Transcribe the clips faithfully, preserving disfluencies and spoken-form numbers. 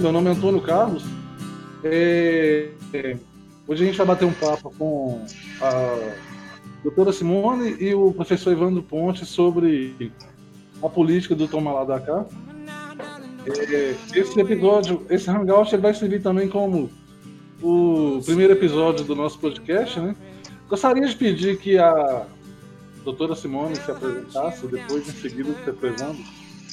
meu nome é Antônio Carlos. É, é, hoje a gente vai bater um papo com a doutora Simone e o professor Evandro Ponte sobre a política do Toma Lá da Cá. É, esse episódio, esse hangout, ele vai servir também como o primeiro episódio do nosso podcast, né? Gostaria de pedir que a doutora Simone se apresentasse, depois em seguida o professor Evandro.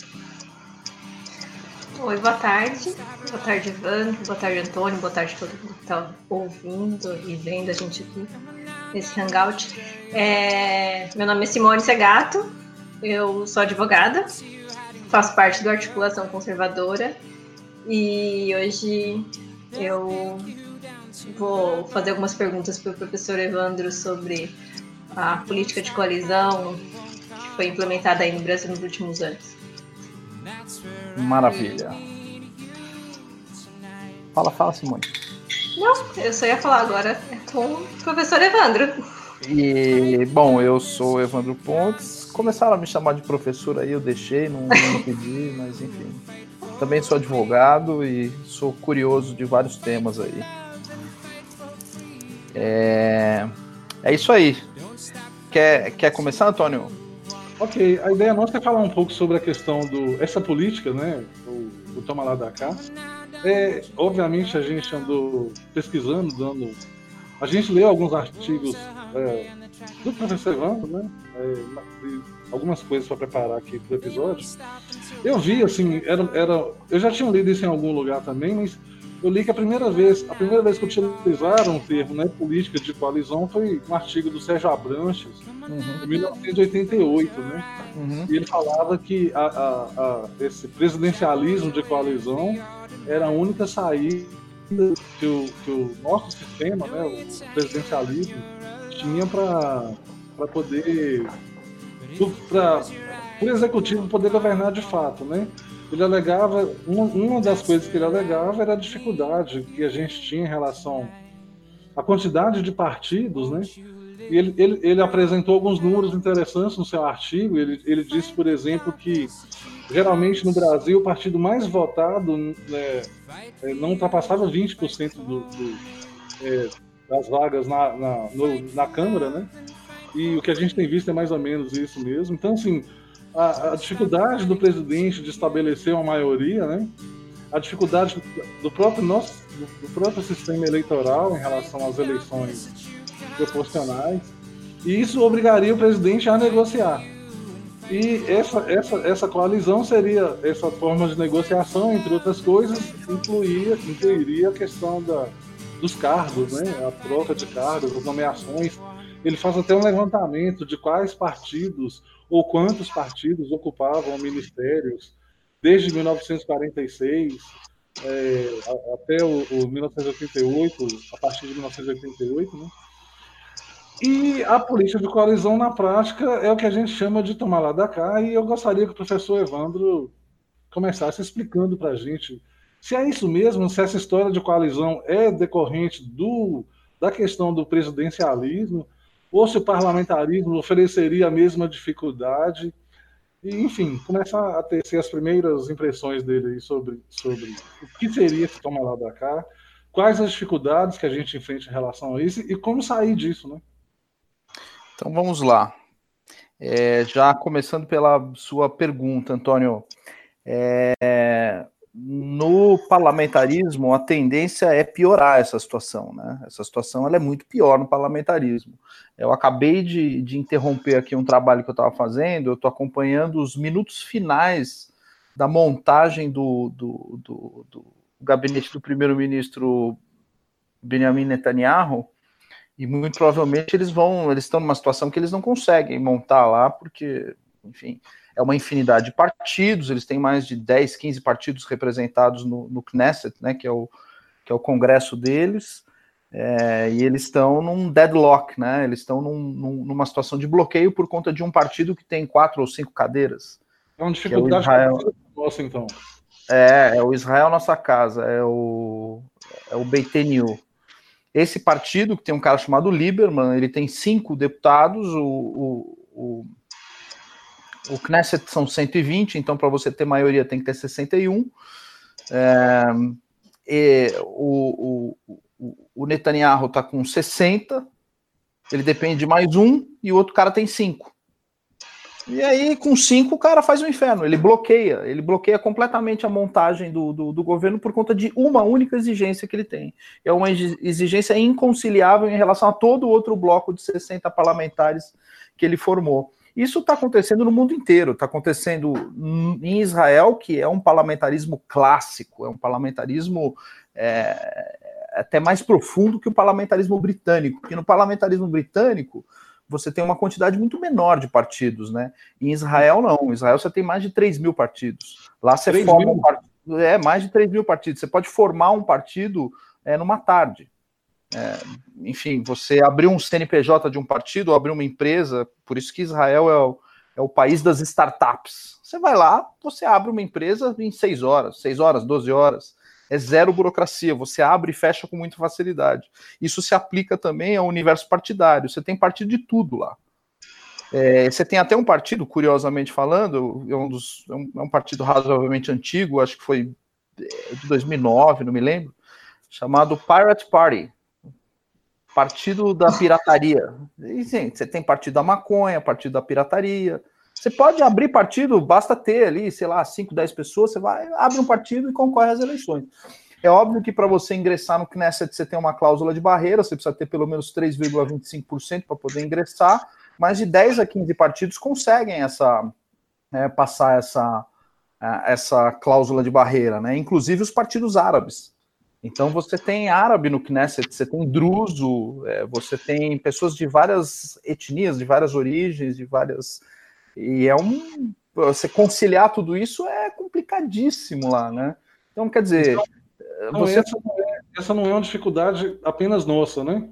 Oi, boa tarde. Boa tarde, Evandro. Boa tarde, Antônio. Boa tarde a todo mundo que está ouvindo e vendo a gente aqui nesse hangout. É... Meu nome é Simone Segato, eu sou advogada, faço parte do Articulação Conservadora e hoje eu vou fazer algumas perguntas para o professor Evandro sobre a política de coalizão que foi implementada aí no Brasil nos últimos anos. Maravilha. Fala, fala, Simone. Não, eu só ia falar agora com o professor Evandro. E, bom, eu sou Evandro Pontes. Começaram a me chamar de professor aí, eu deixei, não, não pedi, mas enfim. Também sou advogado e sou curioso de vários temas aí. É, é isso aí. Quer, quer começar, Antônio? Ok, a ideia nossa é falar um pouco sobre a questão do essa política, né, o, o Toma Lá da Cá. É, obviamente a gente andou pesquisando, dando, a gente leu alguns artigos é, do professor Evandro, né, é, algumas coisas para preparar aqui para o episódio. Eu vi, assim, era, era, eu já tinha lido isso em algum lugar também, mas eu li que a primeira vez, a primeira vez que utilizaram o termo, né, política de coalizão foi um artigo do Sérgio Abranches, uhum. em mil novecentos e oitenta e oito, né? Uhum. E ele falava que a, a, a, esse presidencialismo de coalizão era a única saída que o, que o nosso sistema, né, o presidencialismo, tinha para poder, para o executivo poder governar de fato, né? Ele alegava, uma, uma das coisas que ele alegava era a dificuldade que a gente tinha em relação à quantidade de partidos, né? E ele, ele, ele apresentou alguns números interessantes no seu artigo. Ele, ele disse, por exemplo, que geralmente no Brasil o partido mais votado, né, não ultrapassava vinte por cento do, do, é, das vagas na, na, no, na Câmara, né? E o que a gente tem visto é mais ou menos isso mesmo. Então, assim, A, a dificuldade do presidente de estabelecer uma maioria, né? A dificuldade do próprio nosso, do próprio sistema eleitoral em relação às eleições proporcionais, e isso obrigaria o presidente a negociar. E essa, essa, essa coalizão seria, essa forma de negociação, entre outras coisas, incluía, incluiria a questão da, dos cargos, né? A troca de cargos, as nomeações. Ele faz até um levantamento de quais partidos ou quantos partidos ocupavam ministérios desde mil novecentos e quarenta e seis é, até o, o mil novecentos e oitenta e oito, a partir de mil novecentos e oitenta e oito, né? E a política de coalizão, na prática, é o que a gente chama de tomar lá da cá, e eu gostaria que o professor Evandro começasse explicando para a gente se é isso mesmo, se essa história de coalizão é decorrente do, da questão do presidencialismo, ou se o parlamentarismo ofereceria a mesma dificuldade, e, enfim, começar a tecer as primeiras impressões dele aí sobre, sobre o que seria esse toma lá da cá, quais as dificuldades que a gente enfrenta em relação a isso e como sair disso, né? Então vamos lá. É, já começando pela sua pergunta, Antônio. É, no parlamentarismo, a tendência é piorar essa situação, né? Essa situação ela é muito pior no parlamentarismo. Eu acabei de, de interromper aqui um trabalho que eu estava fazendo, eu estou acompanhando os minutos finais da montagem do, do, do, do gabinete do primeiro-ministro Benjamin Netanyahu, e muito provavelmente eles vão, eles estão numa situação que eles não conseguem montar lá, porque, enfim, é uma infinidade de partidos, eles têm mais de dez, quinze partidos representados no, no Knesset, né, que é o, que é o congresso deles, é, e eles estão num deadlock, né, eles estão num, num, numa situação de bloqueio por conta de um partido que tem quatro ou cinco cadeiras. É uma dificuldade que é o Israel, nossa, então. É, é o Israel Nossa Casa, é o, é o Beitenu. Esse partido, que tem um cara chamado Lieberman, ele tem cinco deputados, o, o, o, o Knesset são cento e vinte, então para você ter maioria tem que ter sessenta e um, É, e o, o, o Netanyahu está com sessenta, ele depende de mais um, e o outro cara tem cinco. E aí, com cinco, o cara faz um inferno, ele bloqueia, ele bloqueia completamente a montagem do, do, do governo por conta de uma única exigência que ele tem. É uma exigência inconciliável em relação a todo o outro bloco de sessenta parlamentares que ele formou. Isso está acontecendo no mundo inteiro, está acontecendo em Israel, que é um parlamentarismo clássico, é um parlamentarismo é, até mais profundo que o parlamentarismo britânico, porque no parlamentarismo britânico você tem uma quantidade muito menor de partidos, né? Em Israel, não. Em Israel você tem mais de três mil partidos. Lá você forma um partido. É, mais de três mil partidos. Você pode formar um partido é, numa tarde. É, enfim, você abrir um C N P J de um partido, ou abrir uma empresa, por isso que Israel é o, é o país das startups. Você vai lá, você abre uma empresa em seis horas, seis horas, doze horas. É zero burocracia, você abre e fecha com muita facilidade. Isso se aplica também ao universo partidário, você tem partido de tudo lá. É, você tem até um partido, curiosamente falando, é um, dos, é, um, é um partido razoavelmente antigo, acho que foi de dois mil e nove, não me lembro, chamado Pirate Party, Partido da Pirataria. E, sim, você tem partido da maconha, partido da pirataria. Você pode abrir partido, basta ter ali, sei lá, cinco, dez pessoas, você vai, abre um partido e concorre às eleições. É óbvio que para você ingressar no Knesset você tem uma cláusula de barreira, você precisa ter pelo menos três vírgula vinte e cinco por cento para poder ingressar, mas de dez a quinze partidos conseguem essa, é, passar essa, essa cláusula de barreira, né? Inclusive os partidos árabes. Então você tem árabe no Knesset, você tem druso, é, você tem pessoas de várias etnias, de várias origens, de várias... E é um... Você conciliar tudo isso é complicadíssimo lá, né? Então, quer dizer... Então, você... essa, não é, essa não é uma dificuldade apenas nossa, né?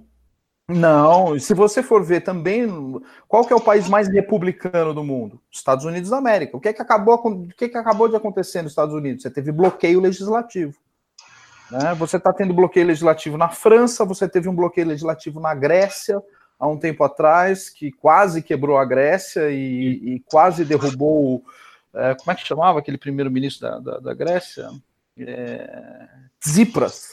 Não, se você for ver também, qual que é o país mais republicano do mundo? Estados Unidos da América. O que é que acabou, o que é que acabou de acontecer nos Estados Unidos? Você teve bloqueio legislativo. Né? Você está tendo bloqueio legislativo na França, você teve um bloqueio legislativo na Grécia, há um tempo atrás, que quase quebrou a Grécia e, e quase derrubou, é, como é que chamava aquele primeiro-ministro da, da, da Grécia? É, Tsipras.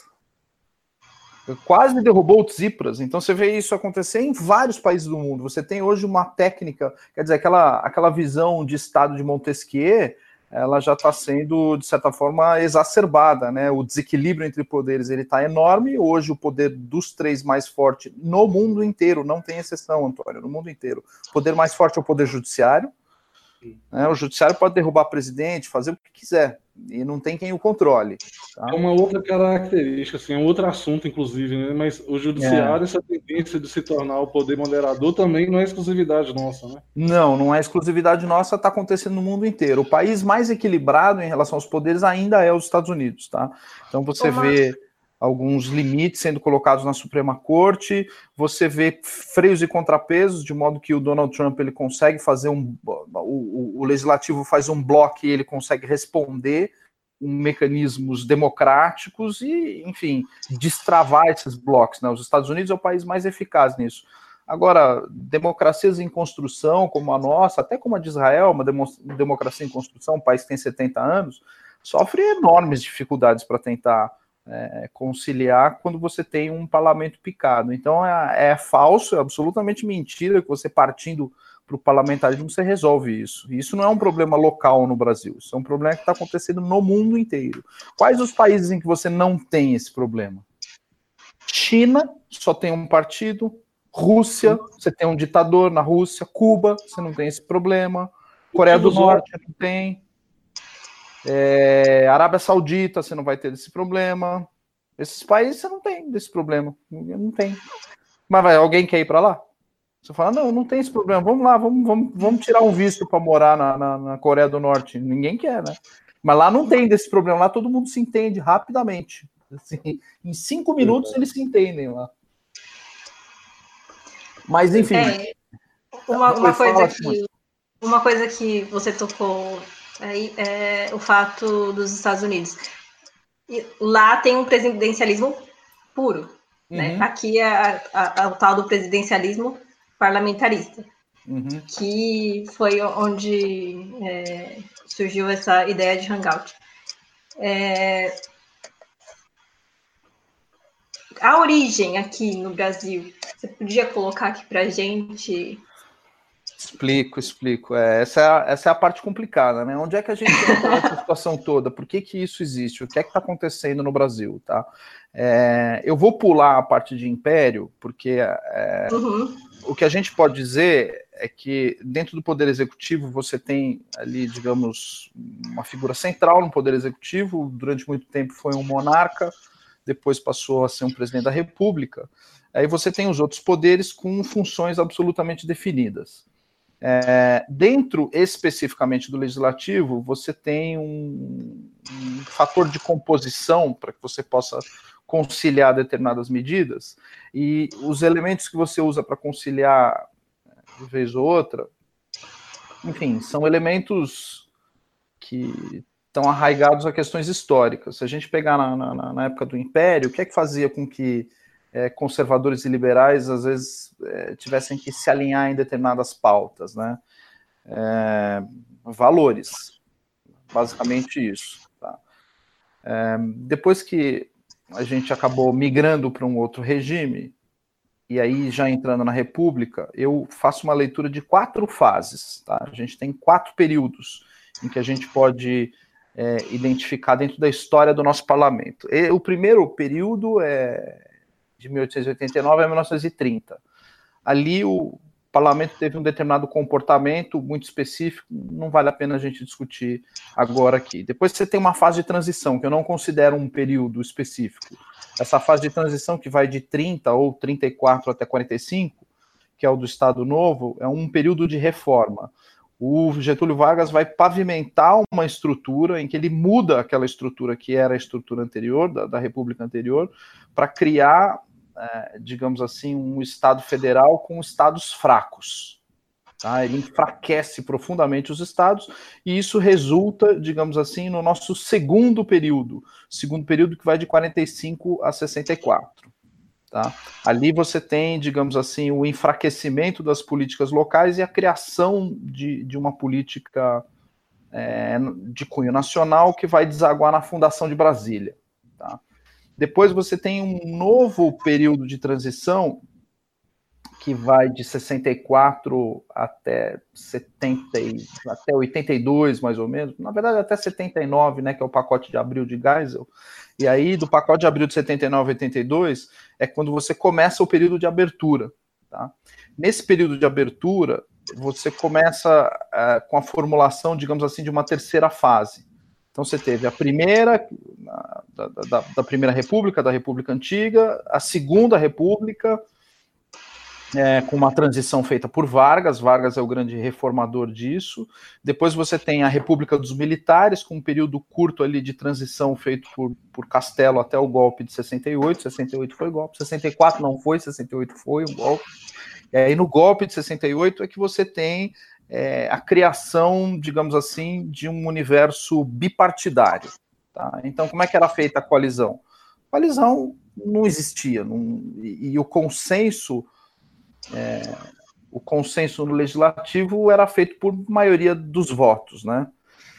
Quase derrubou o Tsipras. Então você vê isso acontecer em vários países do mundo. Você tem hoje uma técnica, quer dizer, aquela, aquela visão de Estado de Montesquieu, ela já está sendo, de certa forma, exacerbada, né? O desequilíbrio entre poderes ele está enorme. Hoje o poder dos três mais forte no mundo inteiro, não tem exceção, Antônio, no mundo inteiro. O poder mais forte é o poder judiciário. Né? O judiciário pode derrubar presidente, fazer o que quiser, e não tem quem o controle. Tá? É uma outra característica, assim, é um outro assunto, inclusive, né? Mas o judiciário, é. essa tendência de se tornar o poder moderador também não é exclusividade nossa, né? Não, não é exclusividade nossa, está acontecendo no mundo inteiro. O país mais equilibrado em relação aos poderes ainda é os Estados Unidos, tá? Então você Uma... vê alguns limites sendo colocados na Suprema Corte, você vê freios e contrapesos, de modo que o Donald Trump ele consegue fazer um... O, o legislativo faz um bloco e ele consegue responder em mecanismos democráticos e, enfim, destravar esses blocos. Né? Os Estados Unidos é o país mais eficaz nisso. Agora, democracias em construção, como a nossa, até como a de Israel, uma democracia em construção, um país que tem setenta anos, sofre enormes dificuldades para tentar É, conciliar quando você tem um parlamento picado. Então é, é falso, é absolutamente mentira que você partindo para o parlamentarismo você resolve isso. E isso não é um problema local no Brasil, isso é um problema que está acontecendo no mundo inteiro. Quais os países em que você não tem esse problema? China, só tem um partido. Rússia, você tem um ditador na Rússia. Cuba, você não tem esse problema. Coreia do Norte, não tem. É, Arábia Saudita, você não vai ter esse problema. Esses países você não tem desse problema. Não tem. Mas vai, alguém quer ir para lá? Você fala, não, não tem esse problema. Vamos lá, vamos, vamos, vamos tirar um visto para morar na, na, na Coreia do Norte. Ninguém quer, né? Mas lá não tem desse problema. Lá todo mundo se entende rapidamente. Assim, em cinco minutos eles se entendem lá. Mas, enfim. É, uma, uma, coisa que, uma coisa que você tocou aí é o fato dos Estados Unidos. E lá tem um presidencialismo puro. Uhum. Né? Aqui é a, a, a, o tal do presidencialismo parlamentarista, uhum. que foi onde é, surgiu essa ideia de hangout. É... A origem aqui no Brasil, você podia colocar aqui para a gente? Explico, explico. É, essa, é a, essa é a parte complicada, né? Onde é que a gente entra nessa situação toda? Por que que isso existe? O que é que está acontecendo no Brasil, tá? É, eu vou pular a parte de império, porque é, uhum. o que a gente pode dizer é que dentro do Poder Executivo você tem ali, digamos, uma figura central no Poder Executivo, durante muito tempo foi um monarca, depois passou a ser um presidente da República, aí você tem os outros poderes com funções absolutamente definidas. É, dentro especificamente do legislativo, você tem um, um fator de composição para que você possa conciliar determinadas medidas, e os elementos que você usa para conciliar de vez ou outra, enfim, são elementos que estão arraigados a questões históricas. Se a gente pegar na, na, na época do Império, o que é que fazia com que É, conservadores e liberais, às vezes, é, tivessem que se alinhar em determinadas pautas, né? É, valores, basicamente isso. Tá? É, depois que a gente acabou migrando para um outro regime, e aí já entrando na República, eu faço uma leitura de quatro fases. Tá? A gente tem quatro períodos em que a gente pode é, identificar dentro da história do nosso parlamento. E o primeiro período é de mil oitocentos e oitenta e nove a mil novecentos e trinta. Ali o parlamento teve um determinado comportamento muito específico, não vale a pena a gente discutir agora aqui. Depois você tem uma fase de transição, que eu não considero um período específico. Essa fase de transição que vai de trinta ou trinta e quatro até quarenta e cinco, que é o do Estado Novo, é um período de reforma. O Getúlio Vargas vai pavimentar uma estrutura em que ele muda aquela estrutura que era a estrutura anterior, da, da República anterior, para criar, é, digamos assim, um Estado federal com estados fracos. Tá? Ele enfraquece profundamente os estados e isso resulta, digamos assim, no nosso segundo período, segundo período que vai de quarenta e cinco a sessenta e quatro. Tá? Ali você tem, digamos assim, o enfraquecimento das políticas locais e a criação de, de uma política é, de cunho nacional que vai desaguar na fundação de Brasília. Tá? Depois você tem um novo período de transição que vai de sessenta e quatro até setenta, até oitenta e dois, mais ou menos, na verdade até setenta e nove, né, que é o pacote de abril de Geisel, e aí do pacote de abril de setenta e nove a oitenta e dois é quando você começa o período de abertura. Tá? Nesse período de abertura, você começa uh, com a formulação, digamos assim, de uma terceira fase. Então você teve a primeira, da, da, da primeira república, da República Antiga, a segunda república, É, com uma transição feita por Vargas. Vargas é o grande reformador disso. Depois você tem a República dos Militares, com um período curto ali de transição feito por, por Castelo até o golpe de sessenta e oito. sessenta e oito foi golpe, sessenta e quatro não foi, sessenta e oito foi um golpe. E aí no golpe de sessenta e oito é que você tem é, a criação, digamos assim, de um universo bipartidário. Tá? Então como é que era feita a coalizão? A coalizão não existia, não, e, e o consenso É, o consenso no legislativo era feito por maioria dos votos, né?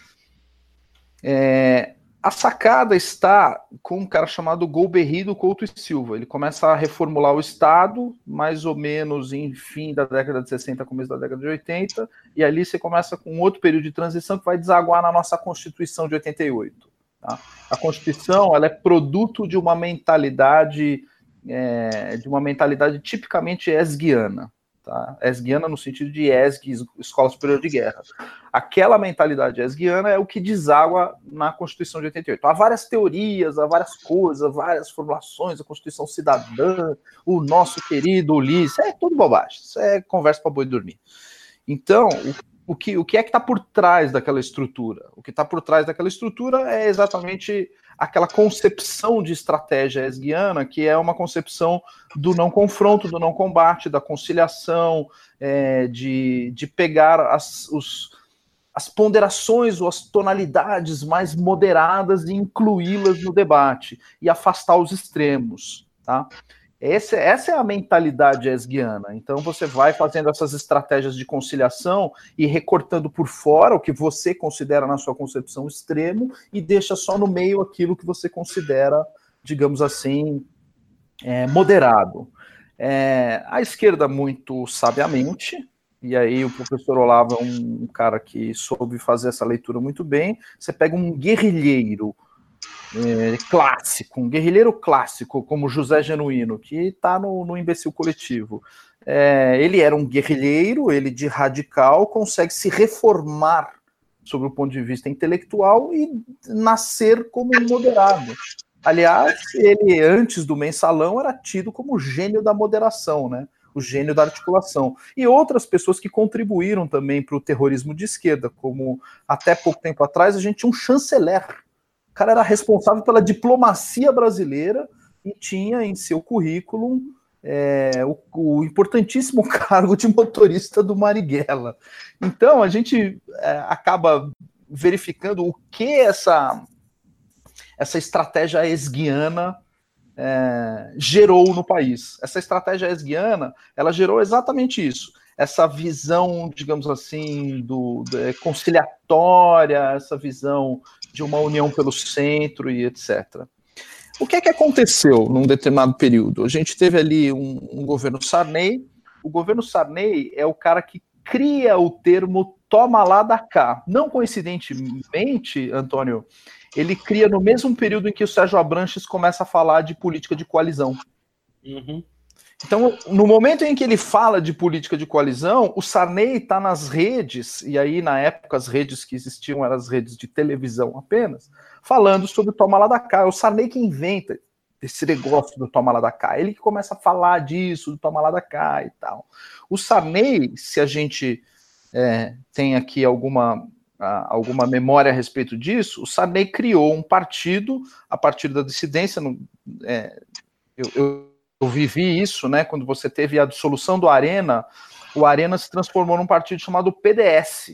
É, a sacada está com um cara chamado Golbery Couto e Silva. Ele começa a reformular o Estado, mais ou menos em fim da década de sessenta, começo da década de oitenta, e ali você começa com outro período de transição que vai desaguar na nossa Constituição de oitenta e oito. Tá? A Constituição ela é produto de uma mentalidade É, de uma mentalidade tipicamente esguiana, tá? Esguiana no sentido de E S G, Escola Superior de Guerra. Aquela mentalidade esguiana é o que deságua na Constituição de oitenta e oito. Há várias teorias, há várias coisas, várias formulações, a Constituição Cidadã, o nosso querido Ulisses, é tudo bobagem, isso é conversa para boi dormir. Então, o, o, que, o que é que está por trás daquela estrutura? O que está por trás daquela estrutura é exatamente aquela concepção de estratégia esguiana, que é uma concepção do não confronto, do não combate, da conciliação, é, de, de pegar as, os, as ponderações ou as tonalidades mais moderadas e incluí-las no debate, e afastar os extremos. Tá? Esse, essa é a mentalidade esguiana. Então você vai fazendo essas estratégias de conciliação e recortando por fora o que você considera na sua concepção extremo e deixa só no meio aquilo que você considera, digamos assim, é, moderado. É, a esquerda, muito sabiamente, e aí o professor Olavo é um, um cara que soube fazer essa leitura muito bem, você pega um guerrilheiro É, clássico, um guerrilheiro clássico, como José Genuíno, que está no, no Imbecil Coletivo. É, ele era um guerrilheiro, ele de radical, consegue se reformar sob o ponto de vista intelectual e nascer como um moderado. Aliás, ele, antes do Mensalão, era tido como o gênio da moderação, né? O gênio da articulação. E outras pessoas que contribuíram também para o terrorismo de esquerda, como até pouco tempo atrás a gente tinha um chanceler. O cara era responsável pela diplomacia brasileira e tinha em seu currículo é, o, o importantíssimo cargo de motorista do Marighella. Então, a gente é, acaba verificando o que essa, essa estratégia esguiana é, gerou no país. Essa estratégia esguiana, ela gerou exatamente isso. Essa visão, digamos assim, do, do, conciliatória, essa visão de uma união pelo centro e etcétera. O que é que aconteceu num determinado período? A gente teve ali um, um governo Sarney. O governo Sarney é o cara que cria o termo toma lá da cá. Não coincidentemente, Antônio, ele cria no mesmo período em que o Sérgio Abranches começa a falar de política de coalizão. Uhum. Então, no momento em que ele fala de política de coalizão, o Sarney está nas redes, e aí na época as redes que existiam eram as redes de televisão apenas, falando sobre o toma lá da cá. É o Sarney que inventa esse negócio do toma lá da cá. Ele que começa a falar disso, do toma lá da cá e tal. O Sarney, se a gente é, tem aqui alguma, a, alguma memória a respeito disso, o Sarney criou um partido a partir da dissidência. No, é, eu, eu Eu vivi isso, né? Quando você teve a dissolução do Arena, o Arena se transformou num partido chamado P D S,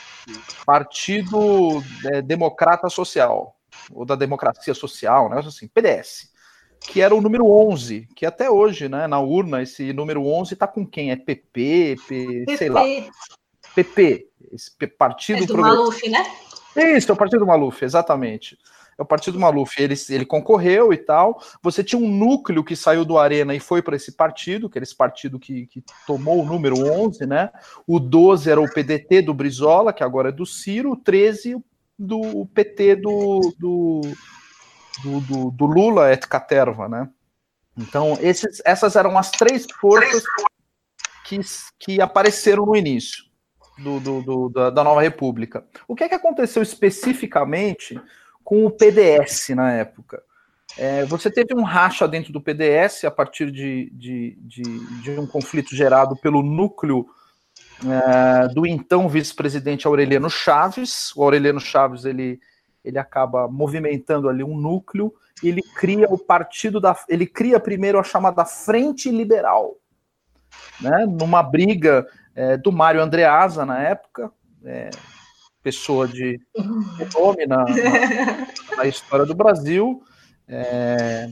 Partido é, Democrata Social, ou da Democracia Social, né? Assim, P D S, que era o número onze, que até hoje, né, na urna, esse número onze está com quem? É P P, P, P P. sei lá. P P, esse Partido é do Maluf, né? Isso, é o Partido Maluf, exatamente. É o Partido Maluf, ele, ele concorreu e tal. Você tinha um núcleo que saiu do Arena e foi para esse partido, que era esse partido que, que tomou o número onze, né? O doze era o P D T do Brizola, que agora é do Ciro, o treze do P T do, do, do, do, do Lula et caterva, né? Então, esses, essas eram as três forças que, que apareceram no início do, do, do, da, da nova república. O que é que aconteceu especificamente com o P D S na época? É, você teve um racha dentro do P D S a partir de, de, de, de um conflito gerado pelo núcleo é, do então vice-presidente Aureliano Chaves. O Aureliano Chaves ele, ele acaba movimentando ali um núcleo e ele cria o partido da. Ele cria primeiro a chamada Frente Liberal, né, numa briga é, do Mário Andreasa na época. É, pessoa de nome na, na, na história do Brasil, é,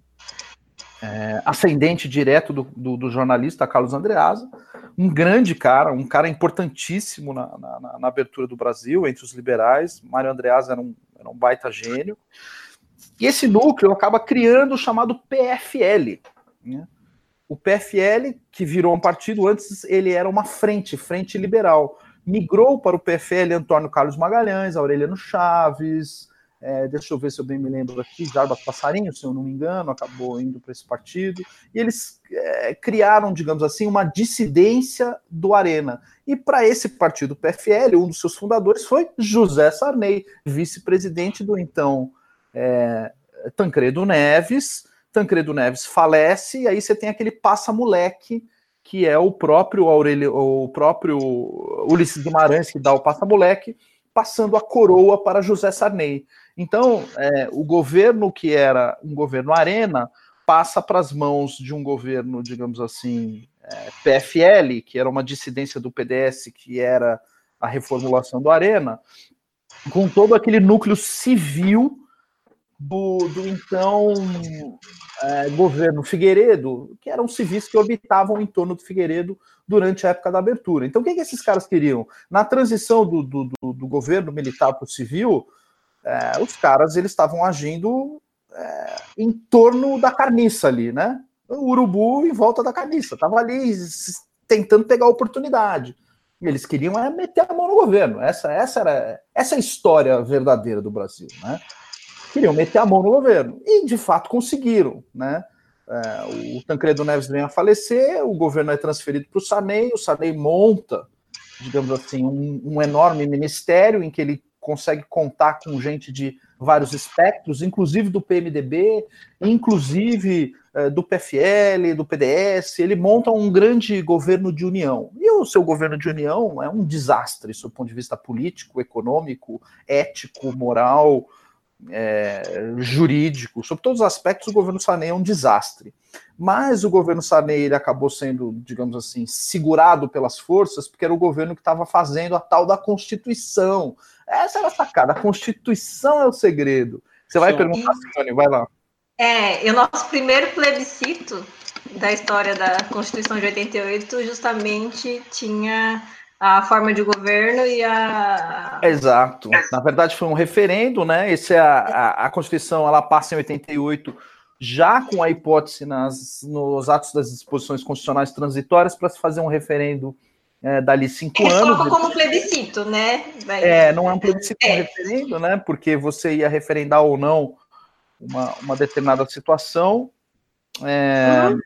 é, ascendente direto do, do, do jornalista Carlos Andreasa, um grande cara, um cara importantíssimo na, na, na abertura do Brasil, entre os liberais. Mário Andreasa era um, era um baita gênio, e esse núcleo acaba criando o chamado P F L, né? O P F L, que virou um partido, antes ele era uma frente, frente liberal. Migrou para o P F L Antônio Carlos Magalhães, Aureliano Chaves, é, deixa eu ver se eu bem me lembro aqui, Jarbas Passarinho, se eu não me engano, acabou indo para esse partido, e eles é, criaram, digamos assim, uma dissidência do Arena. E para esse partido, P F L, um dos seus fundadores foi José Sarney, vice-presidente do então é, Tancredo Neves. Tancredo Neves falece, e aí você tem aquele passa-moleque, que é o próprio Aurelio, o próprio Ulisses Guimarães, que dá o passa-moleque, passando a coroa para José Sarney. Então, é, o governo que era um governo Arena passa para as mãos de um governo, digamos assim, é, P F L, que era uma dissidência do P D S, que era a reformulação do Arena, com todo aquele núcleo civil do, do então é, governo Figueiredo, que eram civis que orbitavam em torno do Figueiredo durante a época da abertura. Então, o que, que esses caras queriam? Na transição do, do, do, do governo militar para o civil, é, os caras eles estavam agindo é, em torno da carniça ali, né? O urubu em volta da carniça, estava ali tentando pegar a oportunidade. E eles queriam é, meter a mão no governo. Essa, essa era essa é a história verdadeira do Brasil, né? Queriam meter a mão no governo. E, de fato, conseguiram, né? É, o Tancredo Neves vem a falecer, o governo é transferido para o Sarney, o Sarney monta, digamos assim, um, um enorme ministério em que ele consegue contar com gente de vários espectros, inclusive do P M D B, inclusive é, do P F L, do P D S. Ele monta um grande governo de união. E o seu governo de união é um desastre, do ponto de vista político, econômico, ético, moral, É, jurídico, sobre todos os aspectos. O governo Sarney é um desastre, mas o governo Sarney ele acabou sendo, digamos assim, segurado pelas forças, porque era o governo que estava fazendo a tal da Constituição. Essa era a sacada, a Constituição é o segredo. Você vai Sim. perguntar, Simone, vai lá. É, e o nosso primeiro plebiscito da história da Constituição de oitenta e oito justamente tinha a forma de governo e a... Exato. Na verdade, foi um referendo, né? Esse é a, a, a Constituição, ela passa em oitenta e oito, já com a hipótese nas, nos atos das disposições constitucionais transitórias para se fazer um referendo é, dali cinco é anos. É só como plebiscito, né? Vai... É, não é um plebiscito, é um referendo, né? Porque você ia referendar ou não uma, uma determinada situação. É... Uhum.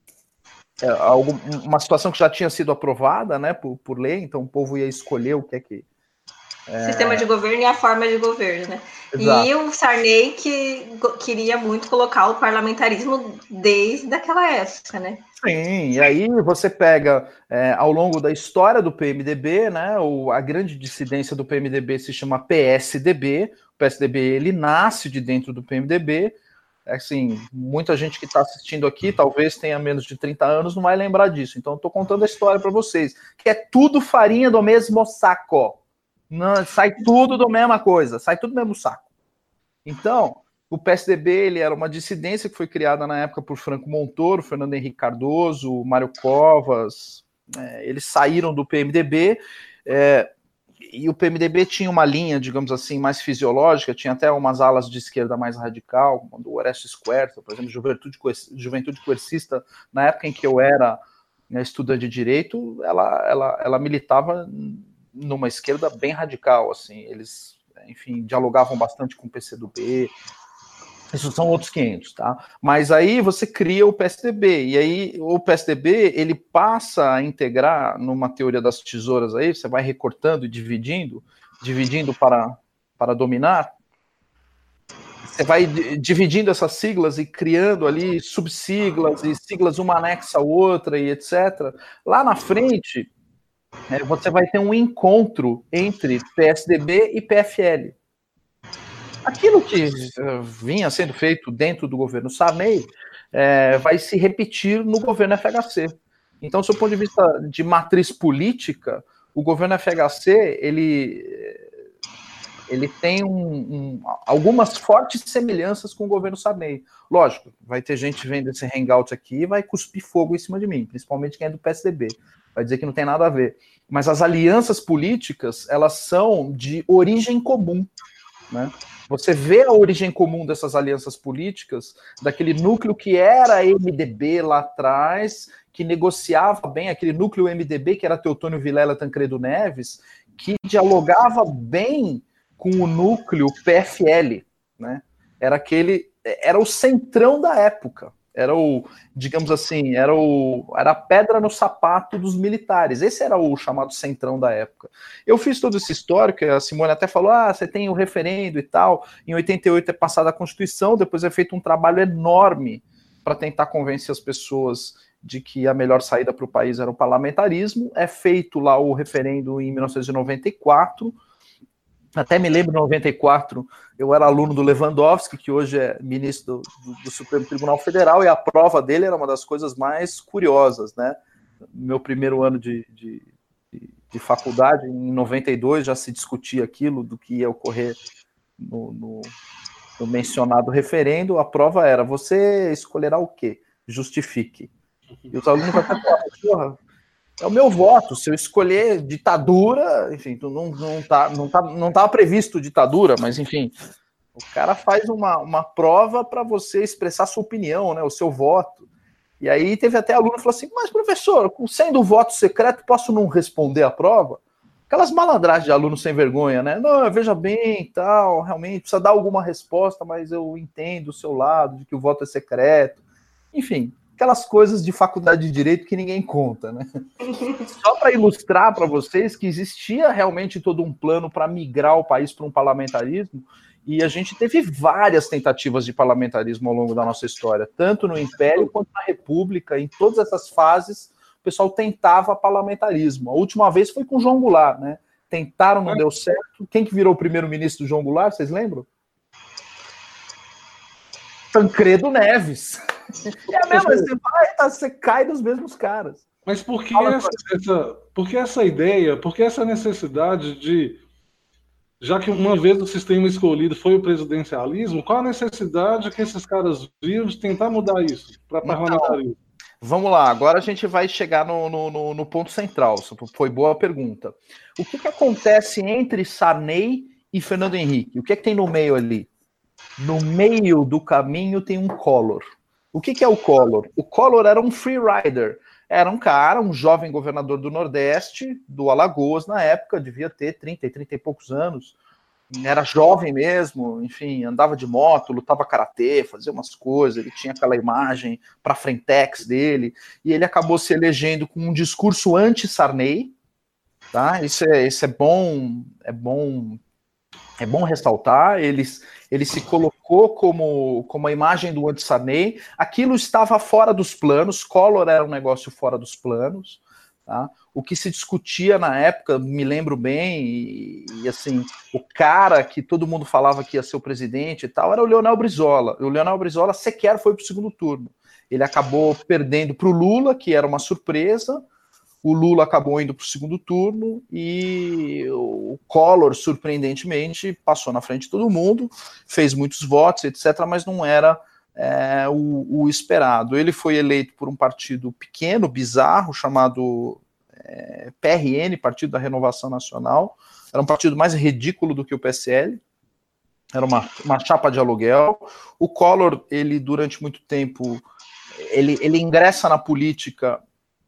É, uma situação que já tinha sido aprovada, né, por, por lei, então o povo ia escolher o que é que... É... Sistema de governo e a forma de governo, né? Exato. E o Sarney que queria muito colocar o parlamentarismo desde aquela época, né? Sim, e aí você pega, é, ao longo da história do P M D B, né, o, a grande dissidência do P M D B se chama P S D B, o P S D B ele nasce de dentro do P M D B. Assim, muita gente que está assistindo aqui, talvez tenha menos de trinta anos, não vai lembrar disso. Então, eu estou contando a história para vocês, que é tudo farinha do mesmo saco. Não, sai tudo da mesma coisa, sai tudo do mesmo saco. Então, o P S D B ele era uma dissidência que foi criada na época por Franco Montoro, Fernando Henrique Cardoso, Mário Covas. É, eles saíram do P M D B, é, e o P M D B tinha uma linha, digamos assim, mais fisiológica, tinha até umas alas de esquerda mais radical, como do Orestes Quercia, por exemplo, Juventude, Juventude Quercista, na época em que eu era, né, estudante de Direito, ela, ela, ela militava numa esquerda bem radical, assim, eles, enfim, dialogavam bastante com o P C do B, isso são outros quinhentos, tá? Mas aí você cria o P S D B, e aí o P S D B, ele passa a integrar numa teoria das tesouras aí, você vai recortando e dividindo, dividindo para, para dominar, você vai dividindo essas siglas e criando ali subsiglas e siglas uma anexa à outra e etcétera. Lá na frente, é, você vai ter um encontro entre P S D B e P F L. Aquilo que uh, vinha sendo feito dentro do governo Sarney é, vai se repetir no governo F H C. Então, do ponto de vista de matriz política, o governo F H C ele, ele tem um, um, algumas fortes semelhanças com o governo Sarney. Lógico, vai ter gente vendo esse hangout aqui e vai cuspir fogo em cima de mim, principalmente quem é do P S D B. Vai dizer que não tem nada a ver. Mas as alianças políticas, elas são de origem comum, né? Você vê a origem comum dessas alianças políticas, daquele núcleo que era M D B lá atrás, que negociava bem, aquele núcleo M D B que era Teotônio Vilela, Tancredo Neves, que dialogava bem com o núcleo P F L, né? Era aquele, era o centrão da época. Era o, digamos assim, era, o, era a pedra no sapato dos militares. Esse era o chamado centrão da época. Eu fiz todo esse histórico, a Simone até falou, ah, você tem o referendo e tal. Em oitenta e oito é passada a Constituição, depois é feito um trabalho enorme para tentar convencer as pessoas de que a melhor saída para o país era o parlamentarismo. É feito lá o referendo em mil novecentos e noventa e quatro. Até me lembro, em noventa e quatro, eu era aluno do Lewandowski, que hoje é ministro do, do, do Supremo Tribunal Federal, e a prova dele era uma das coisas mais curiosas, né? Meu primeiro ano de, de, de, de faculdade, em noventa e dois, já se discutia aquilo do que ia ocorrer no, no, do mencionado referendo, a prova era, você escolherá o quê? Justifique. E os alunos até falavam, porra, é o meu voto, se eu escolher ditadura, enfim, não, não, tá, não, tá, não tava previsto ditadura, mas enfim, o cara faz uma, uma prova para você expressar sua opinião, né, o seu voto. E aí teve até aluno que falou assim, mas professor, sendo voto secreto, posso não responder a prova? Aquelas malandragens de aluno sem vergonha, né? Não, veja bem, tal, realmente precisa dar alguma resposta, mas eu entendo o seu lado, de que o voto é secreto. Enfim, aquelas coisas de faculdade de direito que ninguém conta, né? Só para ilustrar para vocês que existia realmente todo um plano para migrar o país para um parlamentarismo, e a gente teve várias tentativas de parlamentarismo ao longo da nossa história, tanto no Império quanto na República, em todas essas fases, o pessoal tentava parlamentarismo. A última vez foi com João Goulart, né? Tentaram, não deu certo. Quem que virou o primeiro-ministro do João Goulart, vocês lembram? Tancredo Neves. É a mesma, você vai, tá, você cai dos mesmos caras. Mas por que, essa, essa, por que essa ideia, por que essa necessidade de, já que uma vez o sistema escolhido foi o presidencialismo, qual a necessidade que esses caras viram de tentar mudar isso para parlamentarismo? Então, vamos lá, agora a gente vai chegar no, no, no ponto central, foi boa a pergunta. O que, que acontece entre Sarney e Fernando Henrique? O que é que tem no meio ali? No meio do caminho tem um Collor. O que, que é o Collor? O Collor era um free rider, era um cara, um jovem governador do Nordeste, do Alagoas na época, devia ter trinta, trinta e poucos anos, era jovem mesmo, enfim, andava de moto, lutava karatê, fazia umas coisas, ele tinha aquela imagem para frentex dele, e ele acabou se elegendo com um discurso anti-Sarney, tá? Isso é, isso é bom, é bom, é bom ressaltar, ele, ele se colocou como, como a imagem do anti-Sarney, aquilo estava fora dos planos, Collor era um negócio fora dos planos, tá? O que se discutia na época, me lembro bem, e, e assim, o cara que todo mundo falava que ia ser o presidente e tal, era o Leonel Brizola. O Leonel Brizola sequer foi para o segundo turno. Ele acabou perdendo para o Lula, que era uma surpresa, o Lula acabou indo para o segundo turno, e o Collor, surpreendentemente, passou na frente de todo mundo, fez muitos votos, etcétera, mas não era é, o, o esperado. Ele foi eleito por um partido pequeno, bizarro, chamado é, P R N, Partido da Renovação Nacional. Era um partido mais ridículo do que o P S L. Era uma, uma chapa de aluguel. O Collor, ele durante muito tempo, ele, ele ingressa na política,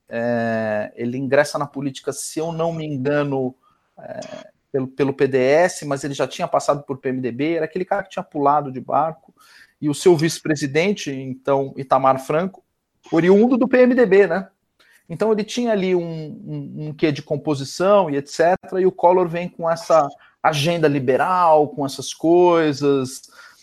é, ele ingressa na política, se eu não me engano, é, pelo, pelo P D S, mas ele já tinha passado por P M D B, era aquele cara que tinha pulado de barco. E o seu vice-presidente, então, Itamar Franco, oriundo do P M D B, né? Então ele tinha ali um, um, um quê de composição e etcétera. E o Collor vem com essa agenda liberal, com essas coisas.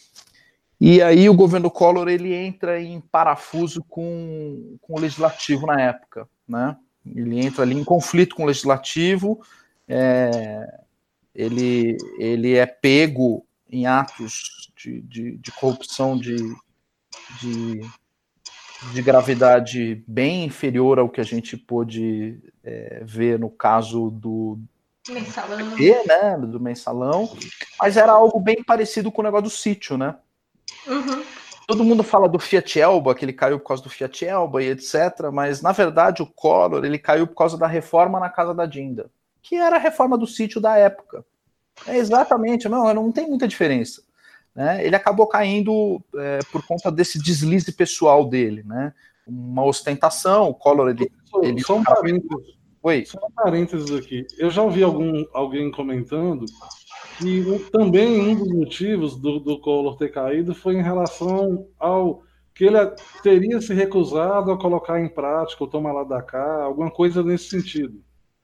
E aí o governo Collor, ele entra em parafuso com, com o legislativo na época, né? Ele entra ali em conflito com o legislativo, é, ele, ele é pego em atos de, de, de corrupção de, de, de gravidade bem inferior ao que a gente pôde é, ver no caso do Mensalão. P P, né, do Mensalão, mas era algo bem parecido com o negócio do sítio, né? Uhum. Todo mundo fala do Fiat Elba, que ele caiu por causa do Fiat Elba e etcétera, mas na verdade o Collor, ele caiu por causa da reforma na Casa da Dinda, que era a reforma do sítio da época. É exatamente, não, não tem muita diferença. Né? Ele acabou caindo é, por conta desse deslize pessoal dele, né? Uma ostentação, o Collor, ele... ele só um parênteses. Oi? Só um parênteses aqui. Eu já ouvi algum, alguém comentando que também um dos motivos do, do Collor ter caído foi em relação ao que ele teria se recusado a colocar em prática o toma lá da cá, alguma coisa nesse sentido.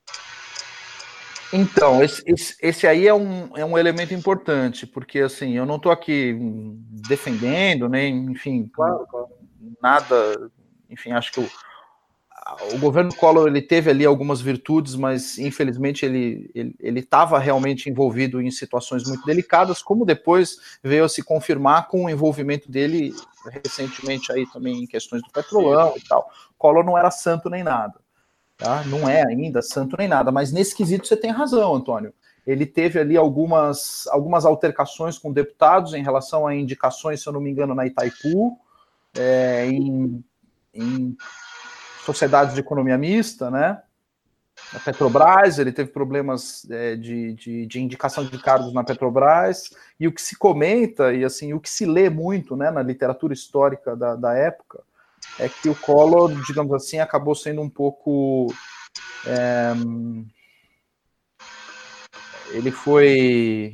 Então, esse, esse, esse aí é um, é um elemento importante, porque assim, eu não estou aqui defendendo, nem, enfim, claro, claro. nada, enfim, acho que o, o governo Collor, ele teve ali algumas virtudes, mas infelizmente ele ele estava realmente envolvido em situações muito delicadas, como depois veio a se confirmar com o envolvimento dele recentemente aí também em questões do petrolão e tal. Collor não era santo nem nada. Tá? Não é ainda santo nem nada, mas nesse quesito você tem razão, Antônio. ele teve ali algumas, algumas altercações com deputados em relação a indicações, se eu não me engano, na Itaipu, é, em, em sociedades de economia mista, né? Na Petrobras, ele teve problemas é, de, de, de indicação de cargos na Petrobras, e o que se comenta, e assim, o que se lê muito, né, na literatura histórica da, da época, é que o Collor, digamos assim, acabou sendo um pouco... É, ele foi...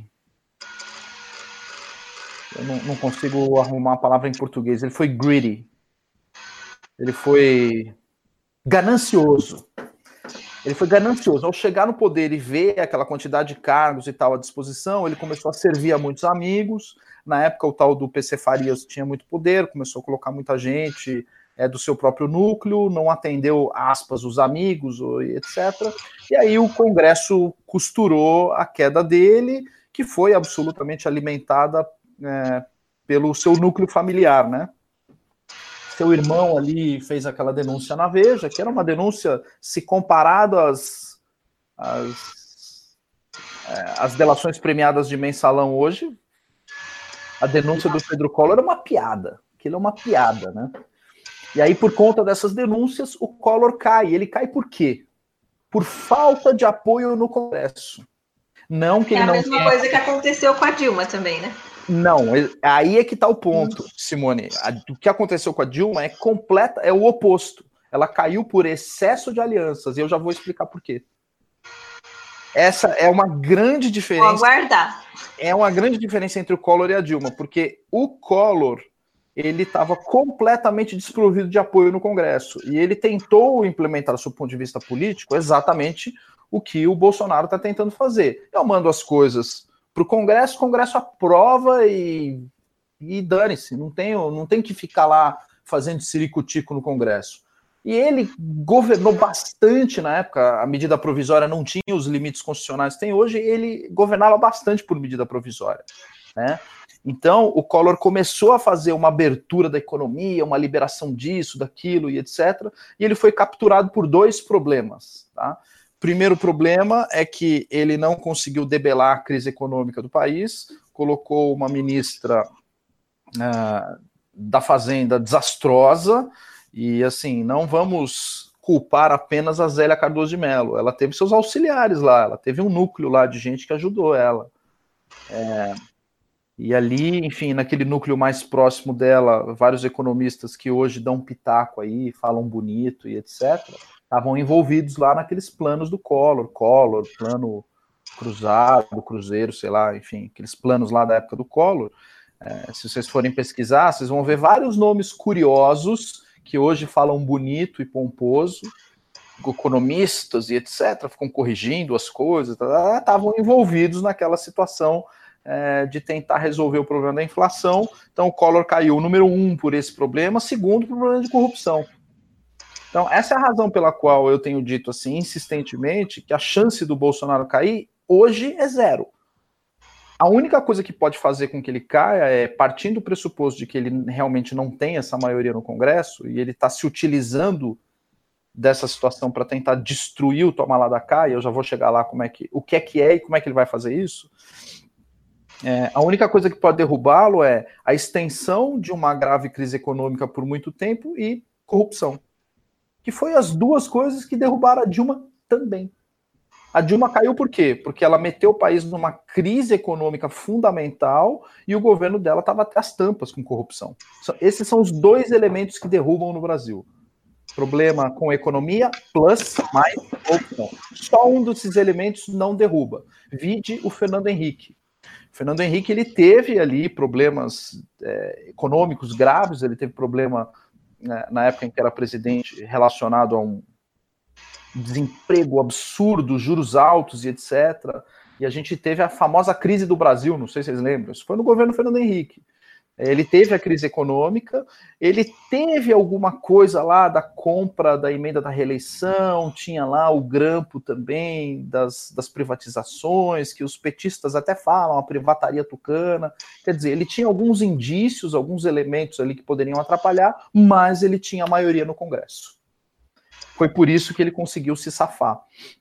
Eu não, não consigo arrumar a palavra em português. Ele foi greedy. Ele foi ganancioso. Ele foi ganancioso. Ao chegar no poder e ver aquela quantidade de cargos e tal à disposição, ele começou a servir a muitos amigos. Na época, o tal do P C Farias tinha muito poder, começou a colocar muita gente é, do seu próprio núcleo, não atendeu, aspas, os amigos, etcétera. E aí o Congresso costurou a queda dele, que foi absolutamente alimentada é, pelo seu núcleo familiar, né? Seu irmão ali fez aquela denúncia na Veja, que era uma denúncia, se comparado às, às, é, às delações premiadas de mensalão hoje, a denúncia do Pedro Collor é uma piada. Aquilo é uma piada, né? E aí, por conta dessas denúncias, o Collor cai. Ele cai por quê? Por falta de apoio no Congresso. Não que é ele não a mesma tenha... coisa que aconteceu com a Dilma também, né? Não, aí é que está o ponto, Simone. O que aconteceu com a Dilma é completa, é o oposto. Ela caiu por excesso de alianças, e eu já vou explicar por quê. Essa é uma grande diferença. Vou aguardar. É uma grande diferença entre o Collor e a Dilma, porque o Collor, ele estava completamente desprovido de apoio no Congresso, e ele tentou implementar, do seu ponto de vista político, exatamente o que o Bolsonaro está tentando fazer. Eu mando as coisas para o Congresso, o Congresso aprova e, e dane-se, não tem, não tem que ficar lá fazendo ciricutico no Congresso. E ele governou bastante na época, a medida provisória não tinha os limites constitucionais que tem hoje, ele governava bastante por medida provisória, né? Então, o Collor começou a fazer uma abertura da economia, uma liberação disso, daquilo e etcétera, e ele foi capturado por dois problemas, tá? Primeiro problema é que ele não conseguiu debelar a crise econômica do país, colocou uma ministra uh, da Fazenda desastrosa, e assim, não vamos culpar apenas a Zélia Cardoso de Mello, ela teve seus auxiliares lá, ela teve um núcleo lá de gente que ajudou ela. É, e ali, enfim, naquele núcleo mais próximo dela, vários economistas que hoje dão pitaco aí, falam bonito e etcétera, estavam envolvidos lá naqueles planos do Collor, Collor, plano cruzado, cruzeiro, sei lá, enfim, aqueles planos lá da época do Collor. É, se vocês forem pesquisar, vocês vão ver vários nomes curiosos que hoje falam bonito e pomposo, economistas e etcétera, ficam corrigindo as coisas, estavam envolvidos naquela situação é, de tentar resolver o problema da inflação. Então o Collor caiu, número um, por esse problema, segundo, por problema de corrupção. Então, essa é a razão pela qual eu tenho dito assim, insistentemente, que a chance do Bolsonaro cair hoje é zero. A única coisa que pode fazer com que ele caia é, partindo do pressuposto de que ele realmente não tem essa maioria no Congresso, e ele está se utilizando dessa situação para tentar destruir o toma lá da cá, e eu já vou chegar lá como é que, o que é que é e como é que ele vai fazer isso. É, a única coisa que pode derrubá-lo é a extensão de uma grave crise econômica por muito tempo e corrupção. Que foi as duas coisas que derrubaram a Dilma também. A Dilma caiu por quê? Porque ela meteu o país numa crise econômica fundamental e o governo dela estava até as tampas com corrupção. Esses são os dois elementos que derrubam no Brasil. Problema com a economia plus mais corrupção. Só um desses elementos não derruba. Vide o Fernando Henrique. O Fernando Henrique ele teve ali problemas é, econômicos graves, ele teve problema na época em que era presidente, relacionado a um desemprego absurdo, juros altos e etcétera. E a gente teve a famosa crise do Brasil, não sei se vocês lembram, isso foi no governo Fernando Henrique. Ele teve a crise econômica, ele teve alguma coisa lá da compra da emenda da reeleição, tinha lá o grampo também das, das privatizações, que os petistas até falam, a privataria tucana. Quer dizer, ele tinha alguns indícios, alguns elementos ali que poderiam atrapalhar, mas ele tinha a maioria no Congresso. Foi por isso que ele conseguiu se safar.